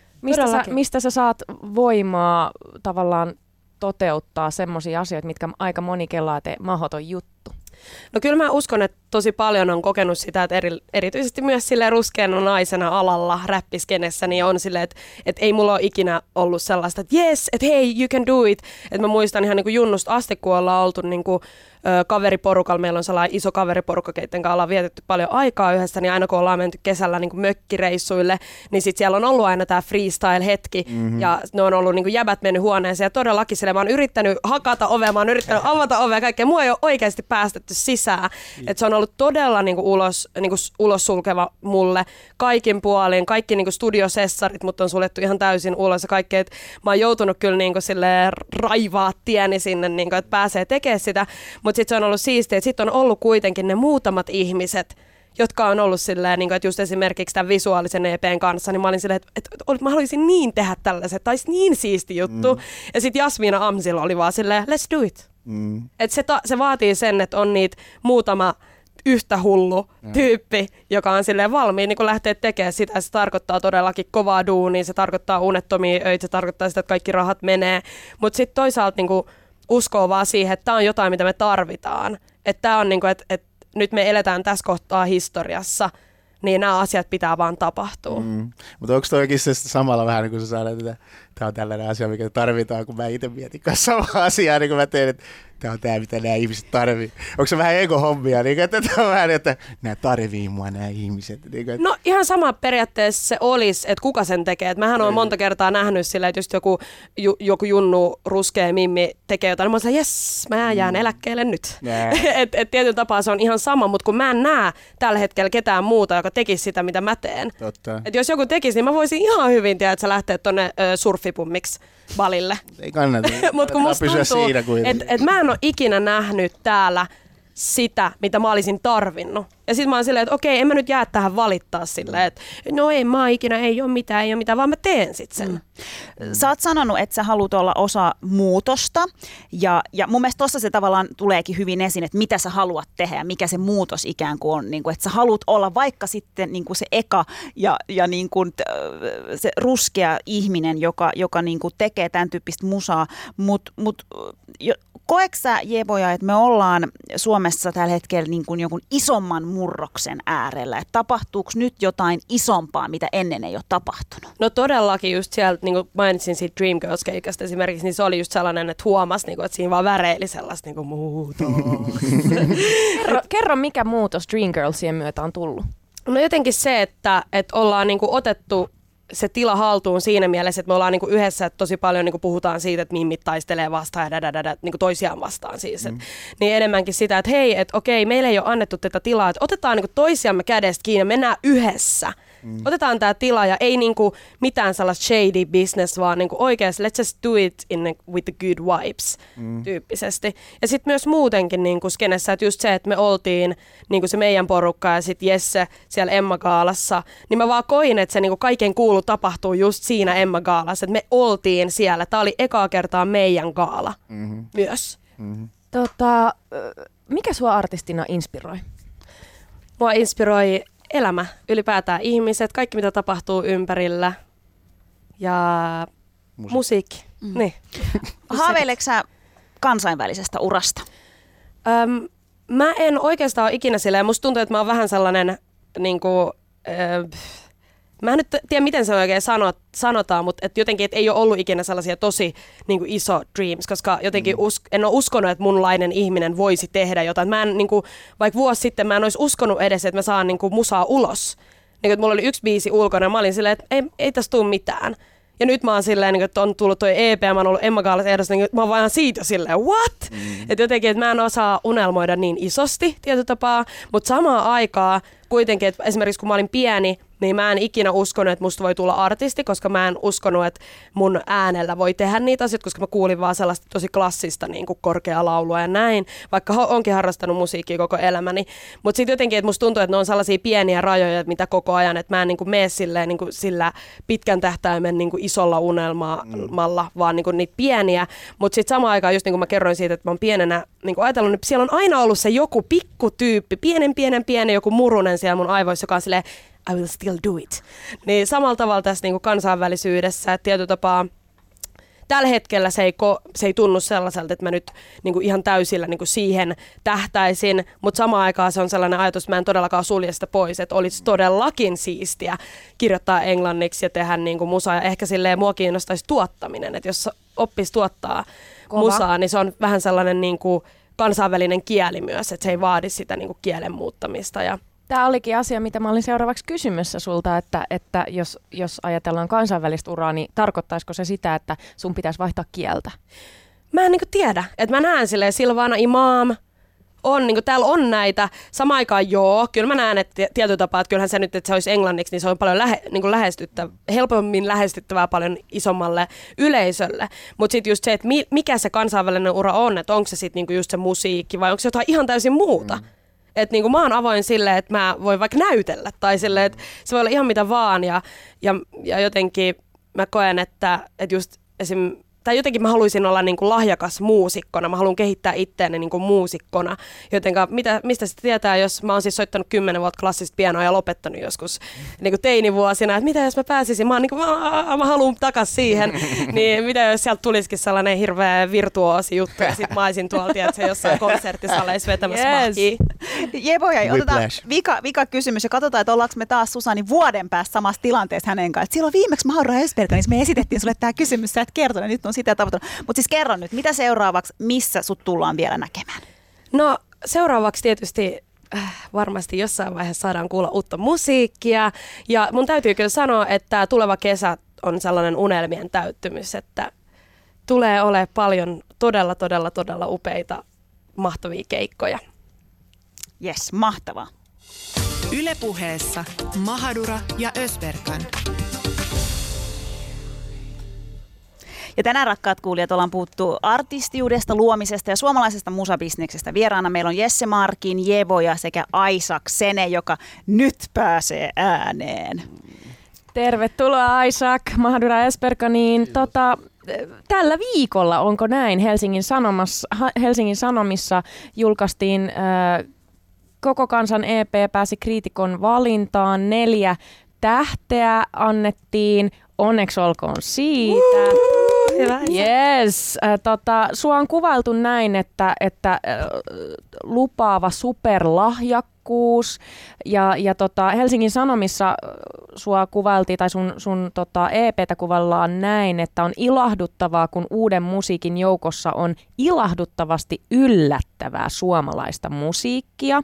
Mistä sä saat voimaa tavallaan toteuttaa semmoisia asioita, mitkä aika moni kelaa mahdoton juttu? No kyllä mä uskon, että tosi paljon on kokenut sitä, että erityisesti myös silleen ruskeana naisena alalla räppiskenessä, niin on silleen, että ei mulla ole ikinä ollut sellaista, että yes, että hei, you can do it. Että mä muistan ihan niin kuin junnusta asti, kun ollaan oltu niin kuin kaveriporukalla, meillä on sellainen iso kaveriporukka, keiden kanssa ollaan vietetty paljon aikaa yhdessä, niin aina kun ollaan menty kesällä niin kuin mökkireissuille, niin sit siellä on ollut aina tää freestyle-hetki, ja ne on ollut niin kuin jäbät mennyt huoneeseen, ja todellakin silleen, mä oon yrittänyt hakata ovea, mä oon yrittänyt avata ovea, kaikkea, mua ei ole oikeasti päästetty sisään, että se on ollut todella niin kuin ulos sulkeva mulle kaikin puolin, kaikki niin kuin studiosessarit, mutta on suljettu ihan täysin ulos, ja kaikkea, että mä oon joutunut kyllä niin kuin silleen raivaa tieni sinne, niin kuin, että pääsee tekemään sitä, mutta sitten se on ollut siistiä, että sitten on ollut kuitenkin ne muutamat ihmiset, jotka on ollut silleen, niin kuin, että just esimerkiksi tämän visuaalisen EP:n kanssa, niin mä olin silleen, että mä haluaisin niin tehdä tällaiset, tai niin siisti juttu. Ja sitten Jasmina Amsilla oli vaan silleen, let's do it. Että se vaatii sen, että on niitä muutama yhtä hullu tyyppi, joka on silleen valmiin niin lähteä tekemään sitä. Se tarkoittaa todellakin kovaa duunia, se tarkoittaa unettomia öitä, se tarkoittaa sitä, että kaikki rahat menee. Mutta sitten toisaalta niin kuin uskoo vaan siihen, että tämä on jotain, mitä me tarvitaan. Että tämä on niin kuin, että nyt me eletään tässä kohtaa historiassa, niin nämä asiat pitää vaan tapahtua. Mutta onko toi oikeasti samalla vähän niin kuin sä sanoit, että tämä on tällainen asia, mikä tarvitaan, kun mä itse mietin kanssa samaa asiaa, niin kun mä teen, että tämä on tämä, mitä nämä ihmiset tarvii. Onko se vähän ego-hommia, niin että tämä on vähän, että nämä tarvii mua nämä ihmiset. Niin että... No ihan sama periaatteessa se olisi, että kuka sen tekee. Et mähän olen monta kertaa nähnyt sillä, että just joku junnu ruskea mimmi tekee jotain, niin mä oon silleen, jes, mä jään eläkkeelle nyt. et tietyllä tapaa se on ihan sama, mutta kun mä en näe tällä hetkellä ketään muuta, joka tekisi sitä, mitä mä teen. Totta. Et jos joku tekisi, niin mä voisin ihan hyvin tiedä, että sä lähtee tonne surfipummiksi Balille. Ei kannata. Mutta kun musta tuntuu, että mä en ole ikinä nähnyt täällä sitä, mitä mä olisin tarvinnut. Ja sit mä oon silleen, että okei, en mä nyt jää tähän valittaa silleen, että no ei mä ikinä, ei ole mitään, vaan mä teen sit sen. Sä oot sanonut, että sä haluat olla osa muutosta ja mun mielestä tossa se tavallaan tuleekin hyvin esiin, että mitä sä haluat tehdä ja mikä se muutos ikään kuin on. Niin kuin, että sä haluat olla vaikka sitten niin kuin se eka ja niin kuin se ruskea ihminen, joka niin kuin tekee tämän tyyppistä musaa, mutta koetko sä, Jeboja, että me ollaan Suomessa tällä hetkellä niin kuin jonkun isomman murroksen äärellä? Että tapahtuuko nyt jotain isompaa, mitä ennen ei ole tapahtunut? No todellakin just sieltä, niin kuin mainitsin siitä Dreamgirls-keikasta esimerkiksi, niin se oli just sellainen, että huomasi, niin kuin, että siinä vaan väreili sellaista niin kuin muutos. Kerro, mikä muutos Dreamgirlsien myötä on tullut? No jotenkin se, että ollaan niin kuin otettu se tila haltuun siinä mielessä, että me ollaan niinku yhdessä, että tosi paljon niinku puhutaan siitä, että mimmit taistelee vastaan ja niinku toisiaan vastaan siis. Niin enemmänkin sitä, että hei, että okei, meille ei ole annettu tätä tilaa, että otetaan niinku toisiamme kädestä kiinni ja mennään yhdessä. Otetaan tämä tila ja ei niinku mitään sellaista shady business, vaan niinku oikeasti let's just do it with the good vibes tyyppisesti. Ja sitten myös muutenkin niinku skenessä, että just se, että me oltiin niinku se meidän porukka ja sitten Jesse siellä Emma-gaalassa, niin mä vaan koin, että se niinku kaiken kuulu tapahtuu just siinä Emma-gaalassa, että me oltiin siellä. Tämä oli ekaa kertaa meidän gaala myös. Mikä sua artistina inspiroi? Mua inspiroi elämä, ylipäätään ihmiset, kaikki mitä tapahtuu ympärillä ja musiikki. Niin. Haaveileksä sä kansainvälisestä urasta? Mä en oikeastaan ole ikinä silleen, musta tuntuu, että mä oon vähän sellainen niinku, mä en nyt tiedä, miten se oikein sanotaan, mutta et jotenkin et ei ole ollut ikinä sellaisia tosi niinku iso dreams, koska jotenkin en ole uskonut, että munlainen ihminen voisi tehdä jotain. Mä en, niinku, vaikka vuosi sitten mä en olisi uskonut edes, että mä saan niinku musaa ulos. Niin, että mulla oli yksi biisi ulkona ja mä olin silleen, että ei tässä tule mitään. Ja nyt mä oon silleen, että on tullut toi EP ja mä oon ollut Emma-gaalassa ehdossa, niin mä oon vaan siitä silleen, what? Että jotenkin, että mä en osaa unelmoida niin isosti tietyllä tapaa, mutta samaan aikaan kuitenkin, että esimerkiksi kun mä olin pieni, niin mä en ikinä uskonut, että musta voi tulla artisti, koska mä en uskonut, että mun äänellä voi tehdä niitä asioita, koska mä kuulin vaan sellaista tosi klassista niin kuin korkeaa laulua ja näin, vaikka onkin harrastanut musiikkia koko elämäni. Mutta sitten jotenkin, että musta tuntuu, että ne on sellaisia pieniä rajoja, mitä koko ajan, että mä en niin kuin mene silleen, niin kuin sillä pitkän tähtäimen niin kuin isolla unelmalla, vaan niin kuin niitä pieniä. Mutta sitten samaan aikaan, just niin kuin mä kerroin siitä, että mä oon pienenä niin kuin ajatellut, että siellä on aina ollut se joku pikkutyyppi, pienen joku murunen siellä mun aivoissa, joka on silleen, I will still do it. Niin samalla tavalla tässä niin kuin kansainvälisyydessä, että tietyllä tapaa tällä hetkellä se ei tunnu sellaiselta, että mä nyt niin kuin ihan täysillä niin kuin siihen tähtäisin, mutta samaan aikaan se on sellainen ajatus, että mä en todellakaan sulje sitä pois, että olisi todellakin siistiä kirjoittaa englanniksi ja tehdä niin kuin musaa, ja ehkä silleen mua kiinnostaisi tuottaminen, että jos oppisi tuottaa musaa, niin se on vähän sellainen niin kuin kansainvälinen kieli myös, että se ei vaadi sitä niin kuin kielen muuttamista. Ja tämä olikin asia, mitä mä olin seuraavaksi kysymässä sulta, että jos ajatellaan kansainvälistä uraa, niin tarkoittaisiko se sitä, että sun pitäisi vaihtaa kieltä? Mä en tiedä. Että mä näen silleen Silvana Imam, täällä on näitä. Samaan aikaan kyllä mä näen, että tietyllä tapaa, että kyllähän se nyt, että se olisi englanniksi, niin se on paljon helpommin lähestyttävää paljon isommalle yleisölle. Mutta sitten just se, että mikä se kansainvälinen ura on, että onko se sitten niinku just se musiikki vai onko se jotain ihan täysin muuta. Että niinku mä oon avoin silleen, että mä voin vaikka näytellä tai silleen, että se voi olla ihan mitä vaan ja jotenkin mä koen, että just esim. tai jotenkin mä haluaisin olla niin kuin lahjakas muusikkona, mä haluan kehittää itseäni niin kuin muusikkona, jotenka mistä sitten tietää, jos mä oon siis soittanut 10 vuotta klassista pianoa ja lopettanut joskus niin kuin teinivuosina, että mitä jos mä pääsisin, mä oon niin kuin, mä haluan takas siihen, niin mitä jos sieltä tulisikin sellainen hirveä virtuoosi juttu ja sit mä olisin tuolla, tiedätkö, jossain konserttisaleissa vetämässä mahkia. Jeboja, otetaan vika kysymys ja katsotaan, että ollaanko me taas Susani vuoden päästä samassa tilanteessa hänen kanssaan. Silloin viimeksi Mahadura Ösberg, niin me esitettiin sulle tämä kysymys, sä et kertonut, nyt on sitä tavoittanut. Mutta siis kerro nyt, mitä seuraavaksi, missä sut tullaan vielä näkemään? No seuraavaksi tietysti varmasti jossain vaiheessa saadaan kuulla uutta musiikkia ja mun täytyy kyllä sanoa, että tuleva kesä on sellainen unelmien täyttymys, että tulee olemaan paljon todella upeita, mahtavia keikkoja. Jes, mahtavaa. Yle Puheessa Mahadura ja Ösberkan. Ja tänään, rakkaat kuulijat, ollaan puhuttu artistiudesta, luomisesta ja suomalaisesta musabisneksestä. Vieraana meillä on Jesse Markin, Jeboja sekä Isaac Sene, joka nyt pääsee ääneen. Tervetuloa Isaac Mahadura Ösberkaniin. Tällä viikolla, onko näin, Helsingin Sanomissa julkaistiin Koko kansan EP pääsi kriitikon valintaan, 4 tähteä annettiin, onneksi olkoon siitä. Hyvä. Yes. Sua on kuvailtu näin, että lupaava superlahjakkuus ja Helsingin Sanomissa sua kuvailtiin tai sun EP:tä kuvaillaan näin, että on ilahduttavaa, kun uuden musiikin joukossa on ilahduttavasti yllättävää suomalaista musiikkia.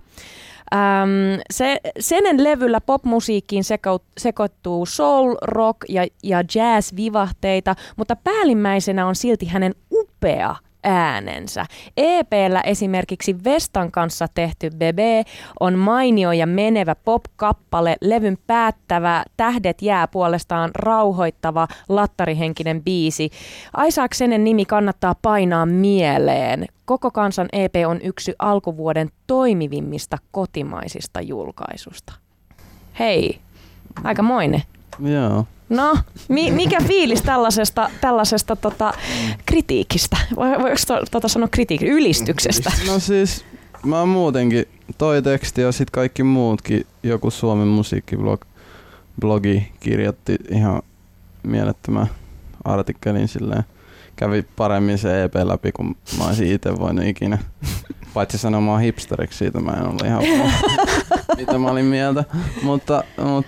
Senen levyllä popmusiikkiin sekoittuu soul, rock ja jazz-vivahteita, mutta päällimmäisenä on silti hänen upea äänensä. EP:llä esimerkiksi Vestan kanssa tehty Bebe on mainio ja menevä pop-kappale, levyn päättävä Tähdet jää puolestaan rauhoittava lattarihenkinen biisi. Isaac Senen nimi kannattaa painaa mieleen. Koko kansan EP on yksi alkuvuoden toimivimmista kotimaisista julkaisusta. Hei, aikamoinen. Joo. No, mikä fiilis tällaisesta kritiikistä? Voiko sanoa ylistyksestä? No siis, mä oon muutenkin, toi teksti ja sit kaikki muutkin, joku Suomen musiikkiblogi kirjoitti ihan mielettömän artikkelin silleen. Kävi paremmin se EP läpi, kun mä olisin itse voinut ikinä. Paitsi sanomaan hipsteriksi, siitä mä en ole ihan mitä mä olin mieltä. Mutta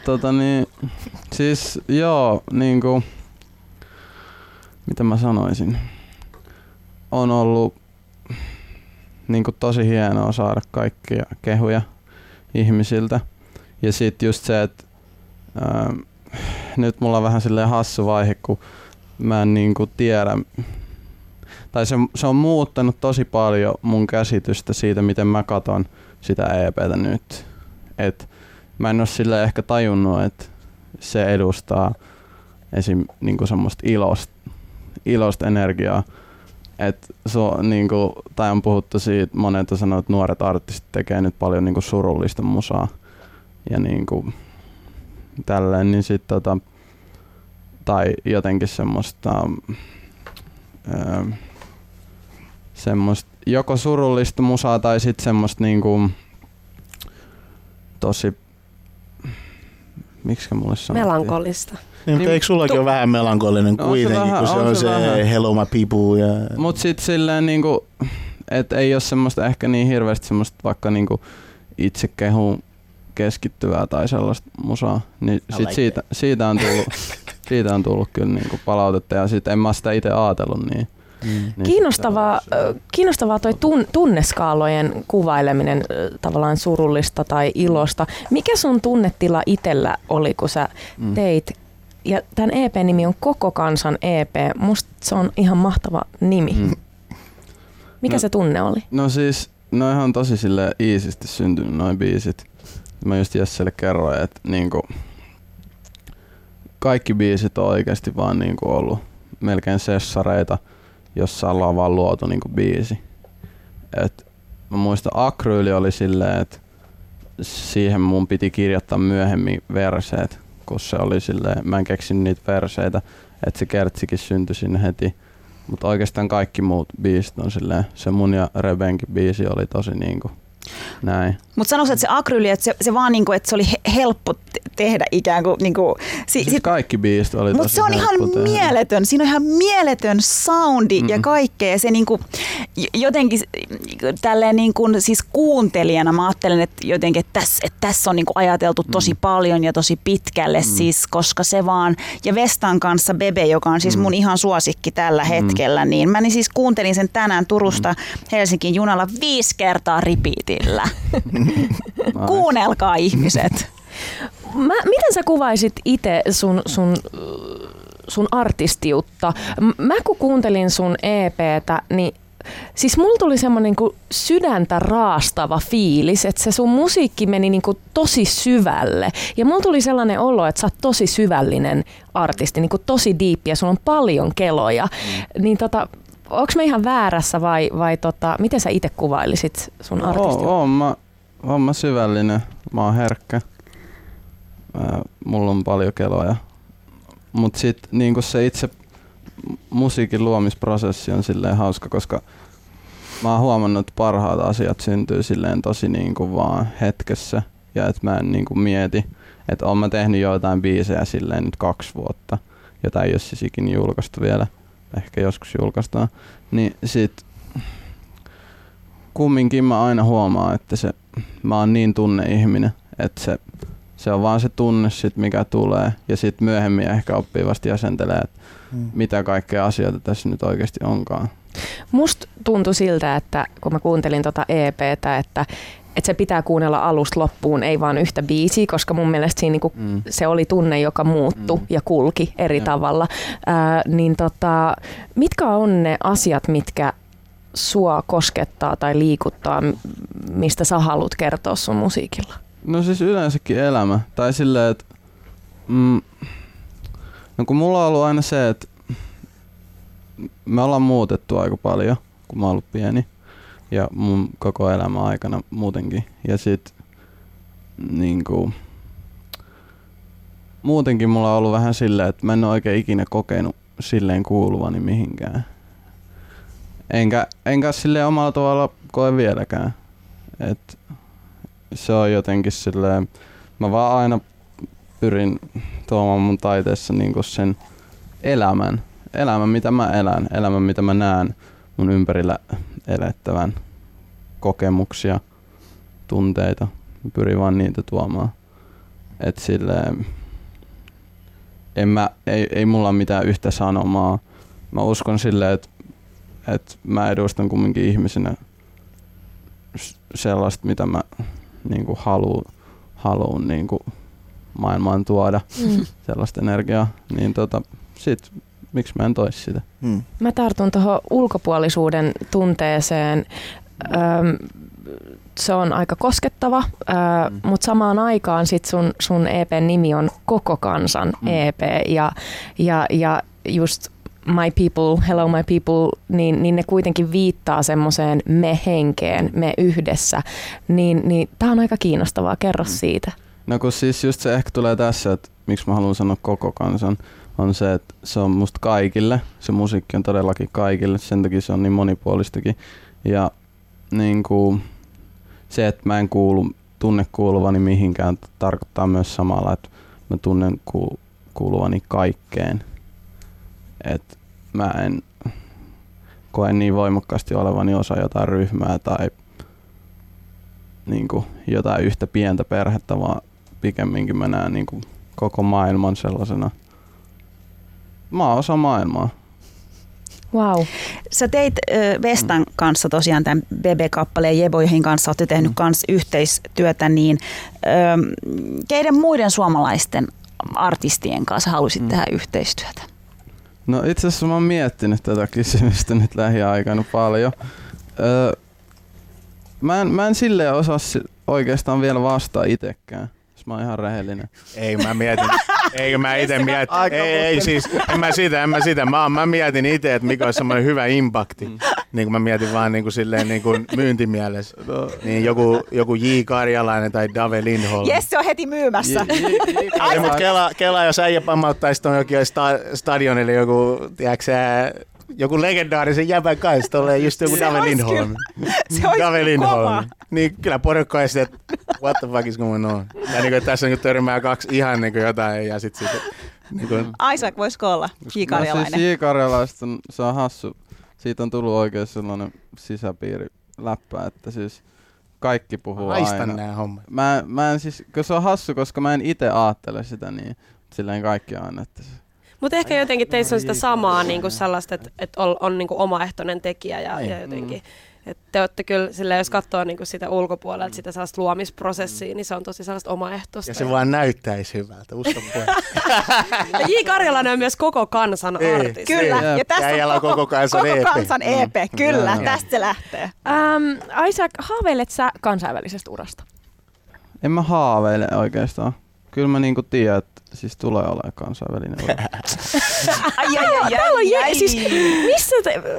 siis joo, niinku, mitä mä sanoisin. On ollut niinku tosi hienoa saada kaikkia kehuja ihmisiltä. Ja sit just se, että nyt mulla on vähän silleen hassu vaihe, kun mä en niinku tiedä, tai se on muuttanut tosi paljon mun käsitystä siitä, miten mä katon sitä EP:tä nyt. Et mä en oo silleen ehkä tajunnut, että se edustaa esim. Niinku semmoista ilosta energiaa. Niinku, tai on puhuttu siitä, monet on sanonut, että nuoret artistit tekee nyt paljon niinku surullista musaa. Ja niinku tälleen, niin sit tai jotenkin semmoista joko surullista musaa tai sit semmoista niinku tosi, miksikä mulle sanottiin? Melankolista. Niin, mutta eikö sullakin ole vähän melankolinen kuitenkin, kun se on se Hello My People ja... Mut sit silleen niinku, et ei oo semmoista ehkä niin hirveästi semmoista vaikka niinku itsekehuun keskittyvää tai sellaista musaa, niin sit siitä on tullut kyllä niinku palautetta ja sit en mä sitä itse ajatellut niin. Kiinnostavaa toi tunneskaalojen kuvaileminen tavallaan surullista tai ilosta. Mikä sun tunnetila itsellä oli, kun sä teit? Ja tämän EP-nimi on Koko kansan EP. Musta se on ihan mahtava nimi. Mikä se tunne oli? No siis, no ihan tosi silleen iisisti syntynyt noin biisit. Mä just Jesselle kerroin, että niinku kaikki biisit on oikeasti vaan niinku ollut melkein sessareita, jossa ollaan vaan luotu niinku biisi. Et mä muistan Akryyli oli silleen, että siihen mun piti kirjoittaa myöhemmin verseet, kun se oli silleen, mä en keksin niitä verseitä, että se kertsikin syntyi sinne heti Mutta oikeastaan kaikki muut biisit on silleen, se mun ja Rebenkin biisi oli tosi niinku näin. Mutta sanoisin, että se akryyli, että se vaan niinku, että se oli helppo tehdä ikään kuin. Niinku, siis kaikki biisit oli tosi mutta se on ihan mieletön, siinä on ihan mieletön soundi ja kaikkea. Ja se niinku, jotenkin tälleen niinku, siis kuuntelijana mä ajattelen, että jotenkin, että tässä on niinku ajateltu tosi paljon ja tosi pitkälle siis, koska se vaan, ja Vestan kanssa Bebe, joka on siis mun ihan suosikki tällä hetkellä, niin mä siis kuuntelin sen tänään Turusta Helsinkiin junalla 5 kertaa repeatillä. Kuunnelkaa ihmiset. Miten sä kuvaisit itse sun artistiutta? Mä kun kuuntelin sun EP:tä, niin siis mulla tuli semmoinen niin sydäntä raastava fiilis, että se sun musiikki meni niin kuin tosi syvälle. Ja mulla tuli sellainen olo, että sä oot tosi syvällinen artisti, niin kuin tosi deep ja sulla on paljon keloja. Niin onko mä ihan väärässä vai miten sä itse kuvailisit sun artistiutta? Oon mä syvällinen, mä oon herkkä. Mulla on paljon keloja. Mut sit niinku se itse musiikin luomisprosessi on silleen hauska, koska mä oon huomannut, että parhaat asiat syntyy silleen tosi niinku vaan hetkessä. Ja et mä en niinku mieti, että oon mä tehnyt joitain biisejä silleen nyt 2 vuotta, jota ei oo siis ikinä julkaistu vielä. Ehkä joskus julkaistaan. Niin sit kumminkin mä aina huomaan, että mä oon niin tunneihminen, että se on vaan se tunne sit, mikä tulee. Ja sit myöhemmin ehkä oppii vasta jäsentelee, että mitä kaikkea asioita tässä nyt oikeasti onkaan. Musta tuntui siltä, että kun mä kuuntelin EP:tä, että se pitää kuunnella alusta loppuun, ei vaan yhtä biisiä, koska mun mielestä siinä niinku se oli tunne, joka muuttui ja kulki eri tavalla. Mitkä on ne asiat, mitkä sua koskettaa tai liikuttaa, mistä sä haluat kertoa sun musiikilla? No siis yleensäkin elämä. Tai silleen, että no kun mulla on ollut aina se, että me ollaan muutettu aika paljon, kun mä oon ollut pieni. Ja mun koko elämän aikana muutenkin. Ja sit niinku muutenkin mulla on ollut vähän silleen, että mä en oo oikein ikinä kokenut silleen kuuluvani mihinkään. Enkä silleen omalla tavalla koe vieläkään. Et se on jotenkin silleen, mä vaan aina pyrin tuomaan mun taiteessa niinku sen elämän mitä mä elän, elämän mitä mä näen mun ympärillä elettävän, kokemuksia, tunteita. Mä pyrin vaan niitä tuomaan. Et silleen, ei mulla ole mitään yhtä sanomaa. Mä uskon silleen, että mä edustan kumminkin ihmisenä sellaista, mitä mä niinku haluun niinku maailmaan tuoda, sellaista energiaa. Niin sit miksi mä en tois sitä? Mä tartun tuohon ulkopuolisuuden tunteeseen. Se on aika koskettava, mutta samaan aikaan sit sun EP:n nimi on Koko kansan EP ja just My People, Hello My People, niin ne kuitenkin viittaa semmoiseen me-henkeen, me yhdessä. Niin tää on aika kiinnostavaa, kerro siitä. No kun siis just se ehkä tulee tässä, että miksi mä haluan sanoa koko kansan, on se, että se on musta kaikille. Se musiikki on todellakin kaikille, sen takia se on niin monipuolistakin. Ja niinku se, että mä en tunne kuuluvani mihinkään, tarkoittaa myös samalla, että mä tunnen kuuluvani kaikkeen. Että mä en koe niin voimakkaasti olevani osa jotain ryhmää tai niinku jotain yhtä pientä perhettä, vaan pikemminkin mä näen niinku koko maailman sellaisena. Mä oon osa maailmaa. Wow. Sä teit Vestan kanssa tosiaan tämän Bebe-kappaleen, Jeboihin kanssa olette tehnyt kans yhteistyötä, niin keiden muiden suomalaisten artistien kanssa halusit tehdä yhteistyötä? No itse asiassa mä oon miettinyt tätä kysymystä nyt lähiaikana paljon. Mä en silleen osaa oikeastaan vielä vastaa itekään. Mä oon ihan rehellinen. Ei mä mietin. Eikö mä ite mietin. Ei siis. En mä sitä. Mä mietin ite, että mikä olisi semmoinen hyvä impakti. Niin kuin mä mietin vaan niin kuin silleen niin kuin myyntimielessä. Niin joku J. Karjalainen tai Dave Lindholm. Jes, se on heti myymässä. Kela jos äijä pamauttaisi ton jokin stadionille joku, tiedätkö joku legendaarisen jäbän kanssa, tolleen just joku Dave Lindholm. Se olisi Dave Lindholm. kova. Niin kyllä porukka olisi, että what the fuck is going on? Ja niin kuin, tässä niin törmää kaksi ihan niin kuin jotain ja sitten niin kuin... Isaac, voisiko olla J-karjalainen? No siis J-karjalaista se on hassu. Siitä on tullut oikein sellainen sisäpiiriläppä, että siis kaikki puhuu Haistan aina. nää hommat. Mä en siis, kun se on hassu, koska mä en itse ajattele sitä niin. Silleen kaikki aina, että se... Mutta ehkä jotenkin teissä on sitä samaa niinku sellaista, että on niinku omaehtoinen tekijä ja jotenkin. Et te olette kyllä, silleen, jos katsoo niinku sitä ulkopuolelta, sitä sellaista luomisprosessia, niin se on tosi sellaista omaehtoista. Ja se vaan näyttäisi hyvältä, uskon pois. J. Karjalainen on myös koko kansan artisti. Kyllä, ja tässä on koko kansan EP. kansan EP, kyllä, tästä se lähtee. Isaac, haaveilet sä kansainvälisestä urasta? En mä haaveile oikeastaan. Kyllä mä niinku tiedän, että siis tulee olemaan kansainvälinen ura. Siis missä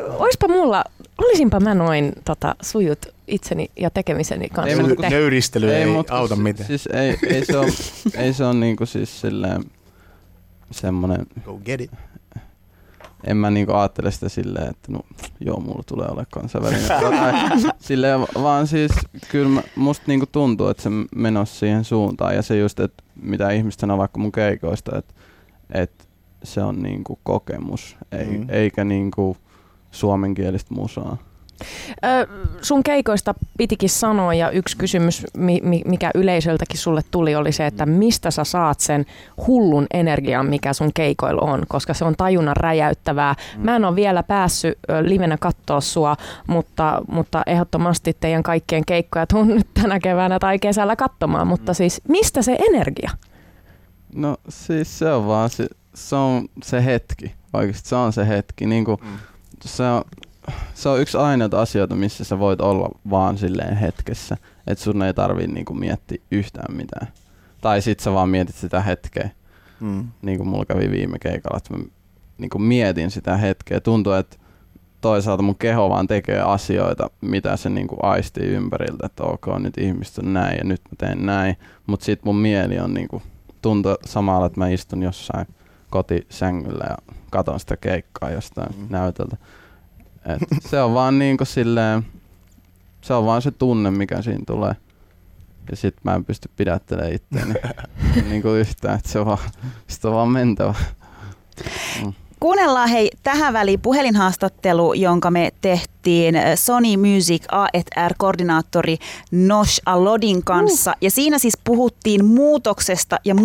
olisinpa mä noin sujut itseni ja tekemiseni kanssa. Nöyristely ei auta mitään. Siis ei se on niinku siis silleen semmonen... Go get it. En mä niinku ajattele sitä silleen, että no joo, mulla tulee olemaan kansainvälinen. Silleen, vaan siis kyllä musta niinku tuntuu, että se menossa siihen suuntaan. Ja se just, että mitä ihmiset sanoo vaikka mun keikoista, että se on niinku kokemus, eikä niinku suomenkielistä musaa. Sun keikoista pitikin sanoa ja yksi kysymys, mikä yleisöltäkin sulle tuli, oli se, että mistä sä saat sen hullun energian, mikä sun keikoilla on, koska se on tajunnan räjäyttävää. Mä en ole vielä päässyt livenä katsoa sua, mutta ehdottomasti teidän kaikkien keikkoja tuun nyt tänä keväänä tai kesällä katsomaan, mutta siis mistä se energia? No siis se on vaan se on se hetki, oikeasti se on se hetki. Niinku, se on yksi ainoita asioita, missä sä voit olla vaan silleen hetkessä, että sun ei tarvii niinku miettiä yhtään mitään. Tai sit sä vaan mietit sitä hetkeä. Niin kuin mulla kävi viime keikalla, että mä niinku mietin sitä hetkeä. Tuntuu, että toisaalta mun keho vaan tekee asioita, mitä se niinku aistii ympäriltä, että ok, nyt ihmiset on näin ja nyt mä teen näin. Mut sit mun mieli on niinku, tuntuu samalla, että mä istun jossain kotisängyllä ja katon sitä keikkaa jostain näytöltä. Et se on vaan niinku silleen, se on vaan se tunne, mikä siinä tulee. Ja sit mä en pysty pidättelemään itteeni niinku yhtään, että se on vaan mentävä. Kuunnellaan hei tähän väliin puhelinhaastattelu, jonka me tehtiin Sony Music A&R-koordinaattori Nosh Alodin kanssa. Ja siinä siis puhuttiin muutoksesta ja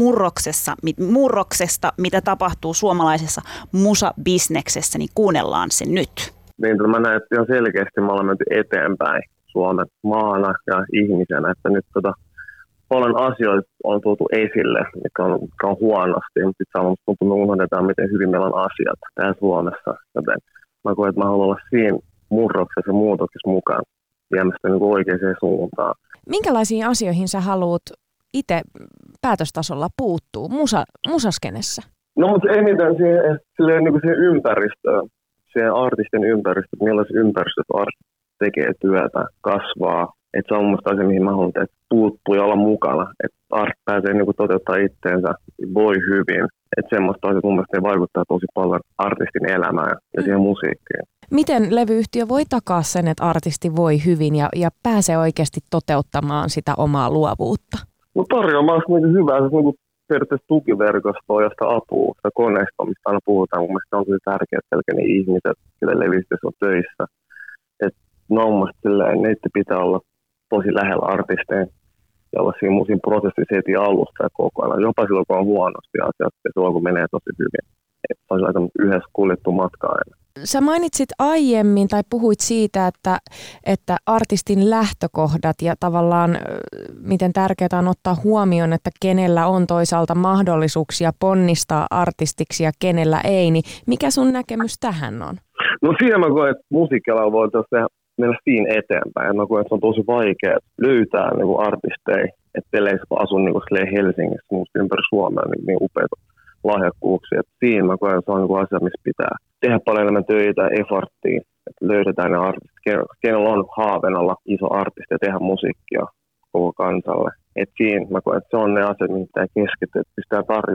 murroksesta, mitä tapahtuu suomalaisessa musabisneksessä, niin kuunnellaan se nyt. Niin, mä näen, että ihan selkeästi me ollaan menty eteenpäin Suomen maana ja ihmisenä, että nyt paljon asioita on tuotu esille, mikä on huonosti, mutta sitten samalla tuntuu, me unohdetaan, miten hyvin meillä on asiat täällä Suomessa. Joten mä koen, että mä haluan olla siinä murroksessa ja muutoksessa mukaan viemästä niin oikeaan suuntaan. Minkälaisiin asioihin sä haluat itse päätöstasolla puuttua musaskenessä? No, mutta eniten siihen ympäristöön, siihen artistin ympäristöön, että millaiset ympäristöt artistit tekee työtä, kasvaa. Että se on mun mielestä asia, mihin mä haluan puuttua ja olla mukana. Että art pääsee toteuttaa itteensä, voi hyvin. Että semmoista asiaa mun mielestä vaikuttaa tosi paljon artistin elämään ja siihen musiikkiin. Miten levyyhtiö voi takaa sen, että artisti voi hyvin ja pääsee oikeasti toteuttamaan sitä omaa luovuutta? No tarjoamaan hyvää periaatteessa tukiverkostoa ja sitä apua, sitä koneistoa, mistä aina puhutaan. Mun mielestä on kyllä tärkeää, että ne ihmiset, joille levyyhtiössä on töissä. Että mun mielestä niitä pitää olla tosi lähellä artisteja ja olla siinä prosessissa heti alusta ja koko ajan. Jopa silloin, kun on huonosti asiat ja silloin, kun menee tosi hyvin. Että olisi aika yhdessä kuljettu matka aina. Sä mainitsit aiemmin tai puhuit siitä, että artistin lähtökohdat ja tavallaan miten tärkeää on ottaa huomioon, että kenellä on toisaalta mahdollisuuksia ponnistaa artistiksi ja kenellä ei. Niin mikä sun näkemys tähän on? No siinä mä koen, että musiikkialalla voitaisiin mennä siinä eteenpäin. Ja mä koen, että se on tosi vaikea löytää artisteja, että ellei asu Helsingissä ympäri Suomea niin upeita lahjakkuuksia. Et siinä mä koen, että se on asia, missä pitää tehdä paljon enemmän töitä, efforttia, että löydetään ne artistit, kenellä on haaveena olla iso artisti ja tehdä musiikkia koko kansalle. Et siinä mä koen, että se on ne asiat, mihin pitää keskittyä, että pystytään tarjoamaan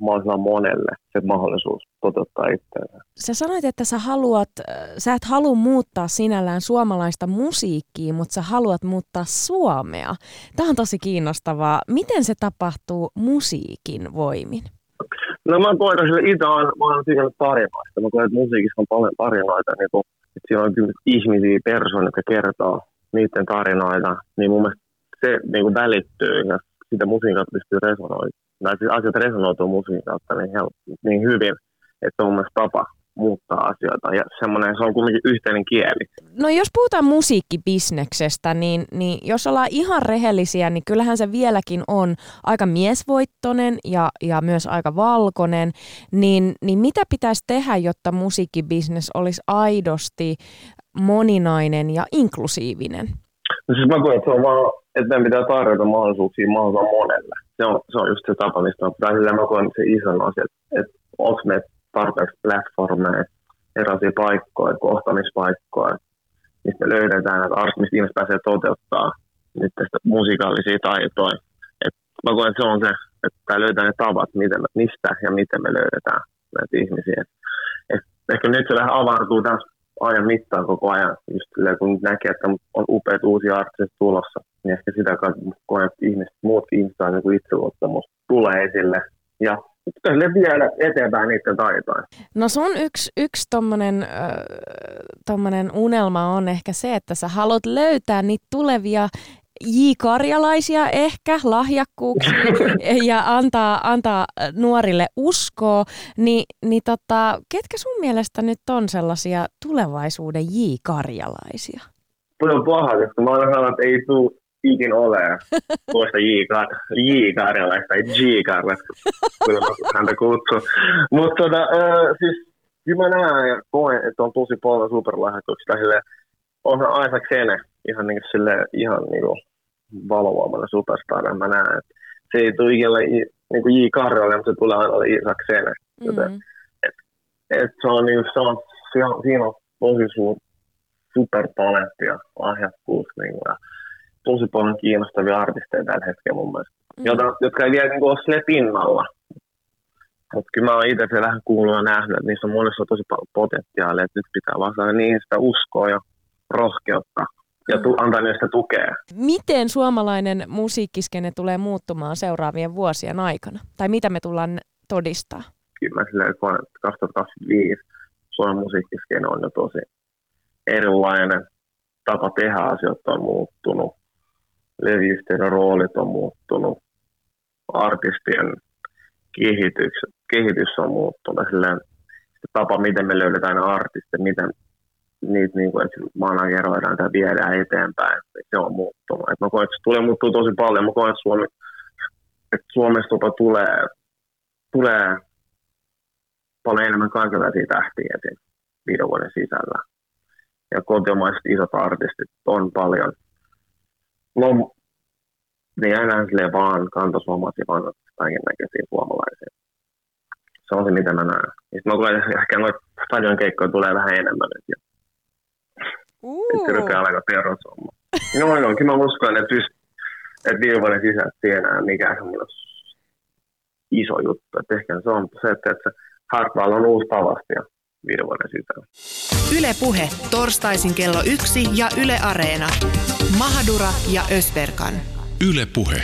mahdollisimman monelle se mahdollisuus toteuttaa itseänsä. Sä sanoit, että sä et halua muuttaa sinällään suomalaista musiikkia, mutta sä haluat muuttaa Suomea. Tämä on tosi kiinnostavaa. Miten se tapahtuu musiikin voimin? No mä koitan sille itse olen tykännyt tarinoista. Mä koitan, että musiikissa on paljon tarinoita, niin kun, että siinä on kyllä ihmisiä, persoonat, jotka kertoo niiden tarinoita, niin mun mielestä se niin kuin välittyy ja sitä musiikin kautta pystyy resonoimaan. Nämä siis asiat resonoituu musiikin kautta niin hyvin, että se on mun mielestä tapa muuttaa asioita ja se on kuitenkin yhteinen kieli. No jos puhutaan musiikkibisneksestä, niin jos ollaan ihan rehellisiä, niin kyllähän se vieläkin on aika miesvoittoinen ja myös aika valkoinen, niin mitä pitäisi tehdä, jotta musiikkibisnes olisi aidosti moninainen ja inklusiivinen? No siis mä koen, että se on vaan, että meidän pitää tarjota mahdollisuuksia mahdollisimman monelle. Se on just se tapa, mistä on. Tai sillä mä koen, että se iso asia, että onko me tarpeeksi platformeja, erilaisia paikkoja, kohtaamispaikkoja, mistä me löydetään näitä artisteja, mistä ihmiset pääsee toteuttaa nyt tästä musikaalisia taitoja. Et mä koen, että se on se, että löytää ne tavat, mistä ja miten me löydetään näitä ihmisiä. Et ehkä nyt se vähän avartuu tässä ajan mittaan koko ajan, just silleen, kun näkee, että on upeita uusia artisteja tulossa, niin ehkä sitä koen, että muutkin ihmiset on niin itseluottamus tulee esille ja pitäisi viedä eteenpäin niiden taitoja. No sun yksi tommonen unelma on ehkä se, että sä haluat löytää niitä tulevia J-karjalaisia ehkä lahjakkuuksia ja antaa nuorille uskoa, ketkä sun mielestä nyt on sellaisia tulevaisuuden J-karjalaisia? On paha, koska mä olen sanonut, että ei tule ikin olemaan tuosta J-karjalaista tai G-karjalaista, kun häntä kutsuu. Mutta siis kyllä mä näen ja koen, että on tosi paljon superlahjakkuuksia. Onhan Isaac Sene ihan valovoimalla superstar. Mä näen, että se ei tule ikinä niin kuin J-karjalle, mutta se tulee aina olla Isaac Sene. Siinä on tosi suuri supertalentti ja lahjakkuus. Ja tosi paljon kiinnostavia artisteja tällä hetkellä mun mielestä, jotka ei vielä niin ole sille pinnalla. Mutta kyllä mä oon itse se vähän kuullut ja nähnyt, että niissä on monessa tosi paljon potentiaalia, että nyt pitää vaan saada niihin sitä uskoa ja rohkeutta ja antaa niistä tukea. Miten suomalainen musiikkiskene tulee muuttumaan seuraavien vuosien aikana? Tai mitä me tullaan todistaa? Kyllä mä silleen koen, että 2025 Suomen musiikkiskene on jo tosi erilainen. Tapa tehdä asioita on muuttunut. Levyisten roolit on muuttunut. Artistien kehitys on muuttunut. Silleen, se tapa, miten me löydetään artisteja, miten niitä niin kuin, manageroidaan tai viedään eteenpäin, se on muuttunut. Mä koen, että se tulee muuttua tosi paljon. Mä koen, että Suomesta tulee paljon enemmän kansainvälisiä tähtiä 5 vuoden sisällä. Ja kotimaiset isot artistit on paljon. No, ne ei enää silleen vaan kantasuomaisia, vaan kaiken näköisiä suomalaisia. Se on se, mitä mä näen. Sitten mä koen, että ehkä noita stadion keikkoja tulee vähän enemmän nyt. Sitten rupeaa aika perusomma. No, kyllä mä uskon, että 5 vuoden sisällä tiedään, mikä se on iso juttu. Että ehkä se on se, että Hardball on uusi tavasti 5 vuoden sisällä. Yle Puhe, torstaisin kello 1 ja Yle Areena. Mahadura ja Ösberkan. Yle Puhe.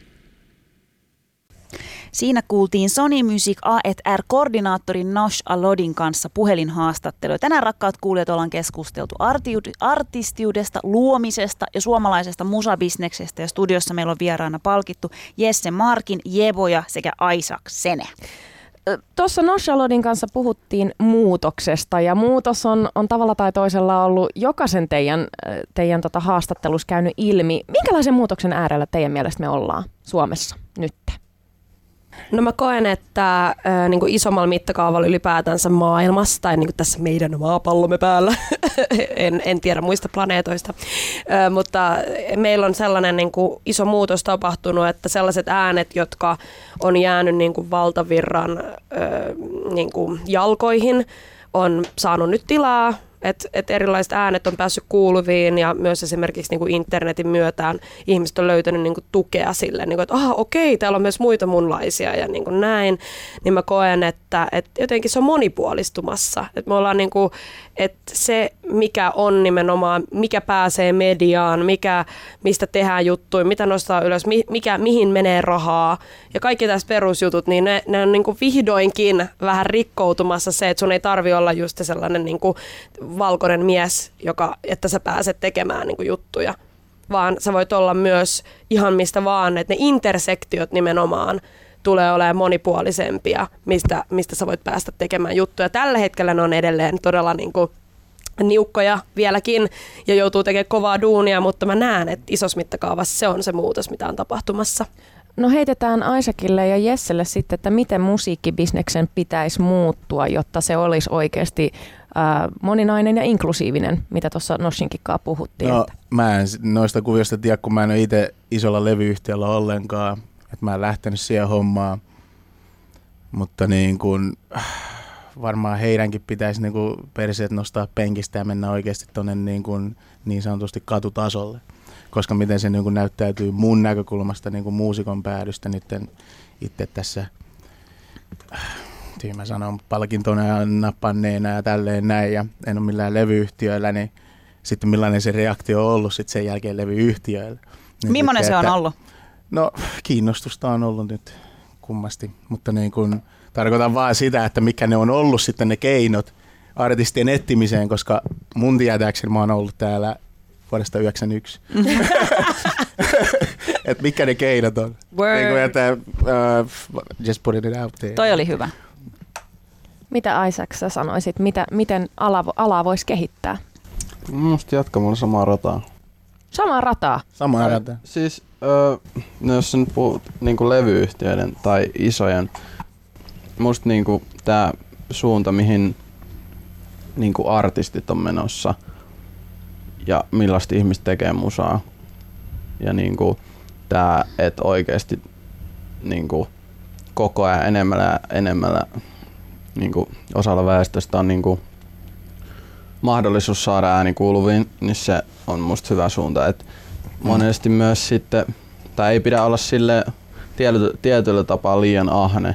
Siinä kuultiin Sony Music A&R-koordinaattori Nosh Alodin kanssa puhelinhaastattelua. Tänään, rakkaat kuulijat, ollaan keskusteltu artistiudesta, luomisesta ja suomalaisesta musabisneksestä. Ja studiossa meillä on vieraana palkittu Jesse Markin, Jeboja sekä Isaac Sene. Tuossa Nosh Alodin kanssa puhuttiin muutoksesta ja muutos on tavalla tai toisella ollut jokaisen teidän haastattelussa käynyt ilmi. Minkälaisen muutoksen äärellä teidän mielestä me ollaan Suomessa nyt? No mä koen, että niin kuin isommalla mittakaavalla ylipäätänsä maailmassa tai niin kuin tässä meidän maapallomme päällä, en tiedä muista planeetoista, mutta meillä on sellainen niin kuin iso muutos tapahtunut, että sellaiset äänet, jotka on jäänyt niin kuin valtavirran niin kuin jalkoihin, on saanut nyt tilaa että erilaiset äänet on päässyt kuuluviin ja myös esimerkiksi niin kuin internetin myötään ihmiset on löytänyt niin kuin tukea sille, niin kuin, että okei, täällä on myös muita munlaisia ja niin kuin näin, niin mä koen, että jotenkin se on monipuolistumassa, että me ollaan niin kuin, että se mikä on nimenomaan, mikä pääsee mediaan, mistä tehdään juttuja, mitä nostaa ylös, mihin menee rahaa ja kaikki tässä perusjutut, niin ne on niin kuin vihdoinkin vähän rikkoutumassa se, että sun ei tarvi olla just sellainen niin kuin valkoinen mies, että sä pääset tekemään niin kuin juttuja, vaan sä voit olla myös ihan mistä vaan, että ne intersektiot nimenomaan tulee olemaan monipuolisempia, mistä sä voit päästä tekemään juttuja. Tällä hetkellä ne on edelleen todella niin kuin niukkoja vieläkin ja joutuu tekemään kovaa duunia, mutta mä näen, että isossa mittakaavassa se on se muutos, mitä on tapahtumassa. No heitetään Isaacille ja Jesselle sitten, että miten musiikkibisneksen pitäisi muuttua, jotta se olisi oikeasti moninainen ja inklusiivinen, mitä tuossa Noshinkin kanssa puhuttiin. No mä en noista kuviosta tiedä, kun mä en ole itse isolla levyyhtiöllä ollenkaan, että mä en lähtenyt siihen hommaan, mutta niin kun, varmaan heidänkin pitäisi niin kun perseet nostaa penkistä ja mennä oikeasti tuonne niin sanotusti katutasolle. Koska miten se niin kun näyttäytyy mun näkökulmasta niin kun muusikon päädystä nyt itse tässä tyhmä sanon palkintona nappanneena ja tälleen näin ja en ole millään levyyhtiöillä, niin sitten millainen se reaktio on ollut sitten sen jälkeen levyyhtiöillä. Niin millainen se on ollut? No kiinnostusta on ollut nyt kummasti, mutta niin kun, tarkoitan vaan sitä, että mikä ne on ollut sitten ne keinot artistien etsimiseen, koska mun tietääkseni mä oon ollut täällä vuodesta 1991. Että mitkä ne keinot on. Niin kuin, että, just put it out there. Toi oli hyvä. Mitä Isaac sä sanoisit, miten alaa voisi kehittää? Musta jatkamalla samaa rataa. Samaa rataa? Samaa rataa. Siis no jos sä nyt puhut niinku levyyhtiöiden tai isojen, musta niinku tää suunta, mihin niinku artistit on menossa ja millaista ihmiset tekee musaa ja niinku tää, että oikeesti niinku koko ajan enemmällä niinku osalla väestöstä on niinku mahdollisuus saada ääni kuuluviin, niin se on musta hyvä suunta. Et monesti myös sitten, tai ei pidä olla sille tietyllä tapaa liian ahne,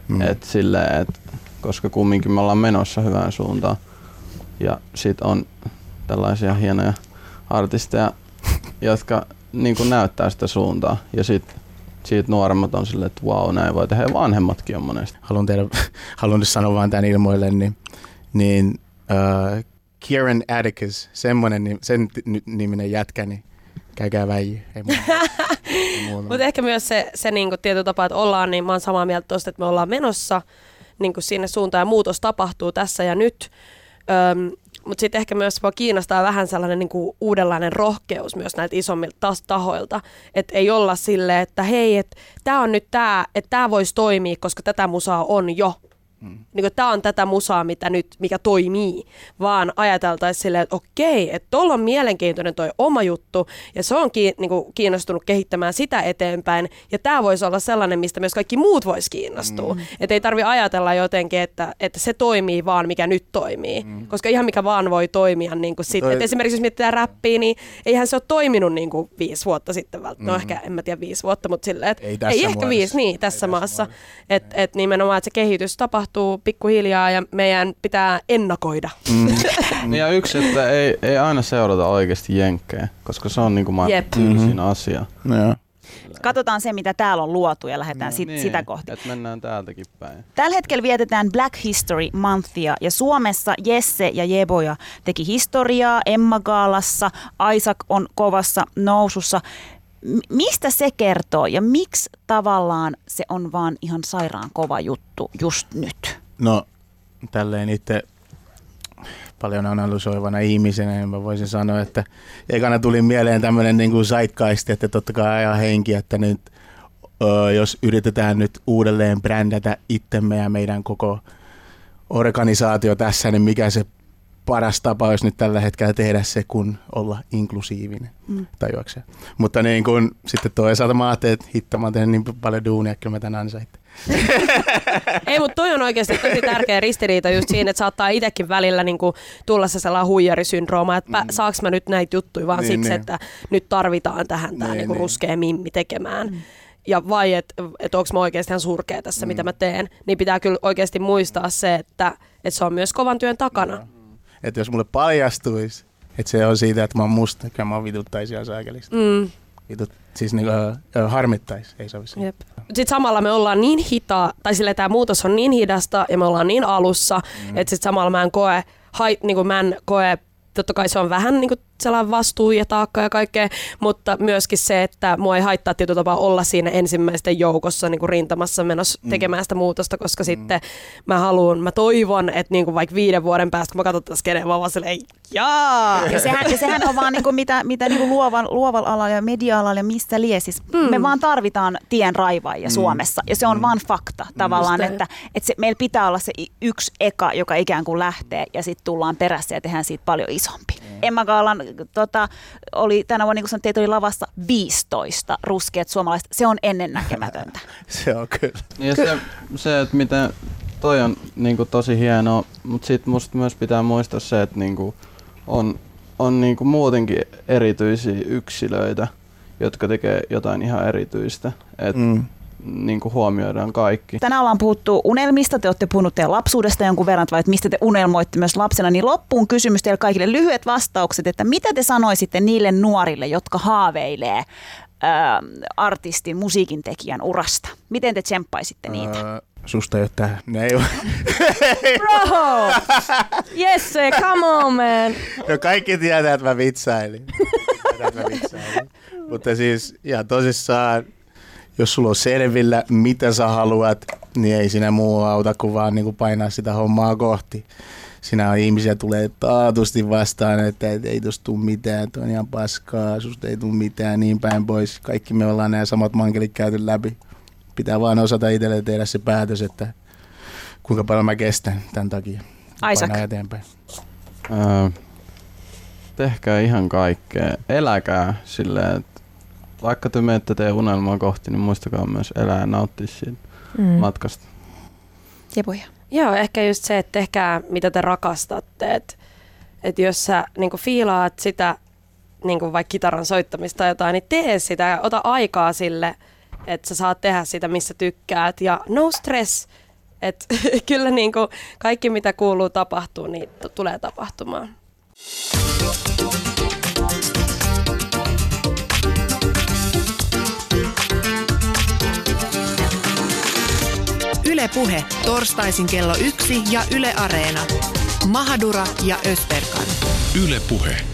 koska kumminkin me ollaan menossa hyvään suuntaan. Ja sit on tällaisia hienoja artisteja, jotka niin kuin näyttää sitä suuntaa. Ja siitä nuoremmat on silleen, että wow, näin voi tehdä. Ja vanhemmatkin on monesti. Haluan nyt sanoa vaan tämän ilmoille, niin Kieran Atticus, sen niminen jätkä, niin käykää väijy. Mutta ehkä myös se niinku tietyllä tapaa, että ollaan, niin mä oon samaa mieltä tuosta, että me ollaan menossa niinku sinne suuntaan ja muutos tapahtuu tässä ja nyt. Mutta sitten ehkä myös voi kiinnostaa vähän sellainen niinku uudenlainen rohkeus myös näiltä isommilta tahoilta. Että ei olla silleen, että hei, että tämä on nyt tämä, että tämä voisi toimia, koska tätä musaa on jo. Niin tämä on tätä musaa, mikä toimii, vaan ajateltaisiin silleen, että okei, että tuolla on mielenkiintoinen toi oma juttu ja se on kiinnostunut kehittämään sitä eteenpäin ja tämä voisi olla sellainen, mistä myös kaikki muut vois kiinnostua. Että ei tarvitse ajatella jotenkin, että se toimii vaan, mikä nyt toimii, koska ihan mikä vaan voi toimia. Niin kuin sit, että esimerkiksi jos mietitään räppiä, niin eihän se ole toiminut niin kuin 5 vuotta sitten välttämättä. No ehkä, en mä tiedä 5 vuotta, mutta silleen, että ei ehkä 5, niin tässä maassa. Että nimenomaan, että se kehitys tapahtuu pikkuhiljaa ja meidän pitää ennakoida. Ja yksi, että ei aina seurata oikeasti jenkkejä, koska se on niinku tylsin asia. No. Katsotaan se, mitä täällä on luotu ja lähdetään sitä kohti. Että mennään täältäkin päin. Tällä hetkellä vietetään Black History Monthia ja Suomessa Jesse ja Jeboja teki historiaa Emma-gaalassa. Isaac on kovassa nousussa. Mistä se kertoo ja miksi tavallaan se on vaan ihan sairaan kova juttu just nyt? No, tälleen itse paljon analysoivana ihmisenä, niin mä voisin sanoa, että ekana tuli mieleen tämmöinen niin kuin zeitgeist, että totta kai ajan henki, että nyt jos yritetään nyt uudelleen brändätä itsemme ja meidän koko organisaatio tässä, niin mikä se paras tapa olisi nyt tällä hetkellä tehdä se, kun olla inklusiivinen, tajuakseen. Mutta niin kun, sitten toisaalta mä ajattelin, että hitto, mä oon tehnyt niin paljon duunia, kyllä mä tän ansaitte. Ei, mutta toi on oikeasti tosi tärkeä ristiriita just siinä, että saattaa itsekin välillä niinku tulla se sellainen huijarisyndrooma, että saaks mä nyt näitä juttuja vaan siksi, että nyt tarvitaan tähän tää niinku ruskea mimmi tekemään. Ja vai, että onko mä oikeasti ihan surkea tässä, mitä mä teen, niin pitää kyllä oikeasti muistaa se, että se on myös kovan työn takana. Että jos mulle paljastuisi, että se on siitä, että mä oon musta, kyllä mä vituttaisi ihan saakelista. Siis niinku, harmittaisi, ei sovi siihen. Sitten samalla me ollaan niin hitaa, tai silleen tämä muutos on niin hidasta ja me ollaan niin alussa, että sitten samalla mä en koe, totta kai se on vähän niinku sellainen vastuu ja taakka ja kaikkea, mutta myöskin se, että mua ei haittaa tietyllä tapaa olla siinä ensimmäisten joukossa niinku rintamassa menossa tekemään sitä muutosta, koska sitten mä toivon, että niinku vaikka 5 vuoden päästä, kun mä katson tätä skeneen, mä vaan silleen, jaa! Ja sehän on vaan niinku mitä niinku luovalla alalla ja media-alalla ja missä liesis. Me vaan tarvitaan tien raivaajia Suomessa ja se on vaan fakta tavallaan, että meillä pitää olla se yksi eka, joka ikään kuin lähtee ja sitten tullaan perässä ja tehdään siitä paljon isompi. Emma Gaalan oli tänä vuonna, niin kuin sanoin, teitä oli lavassa 15 ruskeat suomalaiset. Se on ennennäkemätöntä. Se on kyllä. Ja se, että miten toi on niin kuin tosi hienoa, mutta sitten musta myös pitää muistaa se, että niin kuin on niin kuin muutenkin erityisiä yksilöitä, jotka tekee jotain ihan erityistä. Niin kuin huomioidaan kaikki. Tänään ollaan puhuttu unelmista, te olette puhunut teidän lapsuudesta jonkun verran, vai että mistä te unelmoitte myös lapsena, niin loppuun kysymys teille kaikille lyhyet vastaukset, että mitä te sanoisitte niille nuorille, jotka haaveilee artistin, musiikintekijän urasta? Miten te tsemppaisitte niitä? Susta ei ole tähän. Ne ei ole. Bro! Jesse, come on, man! No kaikki tietää, että mä vitsailin. Mutta siis ihan tosissaan, jos sulla on selvillä, mitä sä haluat, niin ei siinä muu auta kuin vaan niin kuin painaa sitä hommaa kohti. Siinä on ihmisiä tulee taatusti vastaan, että ei tosta tule mitään, että on ihan paskaa, susta ei tule mitään, niin päin pois. Kaikki me ollaan nämä samat mankelit käyty läpi. Pitää vaan osata itselle tehdä se päätös, että kuinka paljon mä kestän tämän takia. Isaac. Eteenpäin. Tehkää ihan kaikkea. Eläkää silleen, että vaikka te menette teidän unelmaa kohti, niin muistakaa myös elää ja nauttia siitä matkasta. Jepuja. Joo, ehkä just se, että tehkää mitä te rakastatte. Että jos sä niinku fiilaat sitä niinku vaikka kitaran soittamista tai jotain, niin tee sitä ja ota aikaa sille, että sä saat tehdä sitä, missä tykkäät. Ja no stress. Että kyllä niinku kaikki, mitä kuuluu tapahtuu, niin tulee tapahtumaan. Yle Puhe, torstaisin kello 1 ja Yle Areena. Mahadura ja Österkan. Yle Puhe.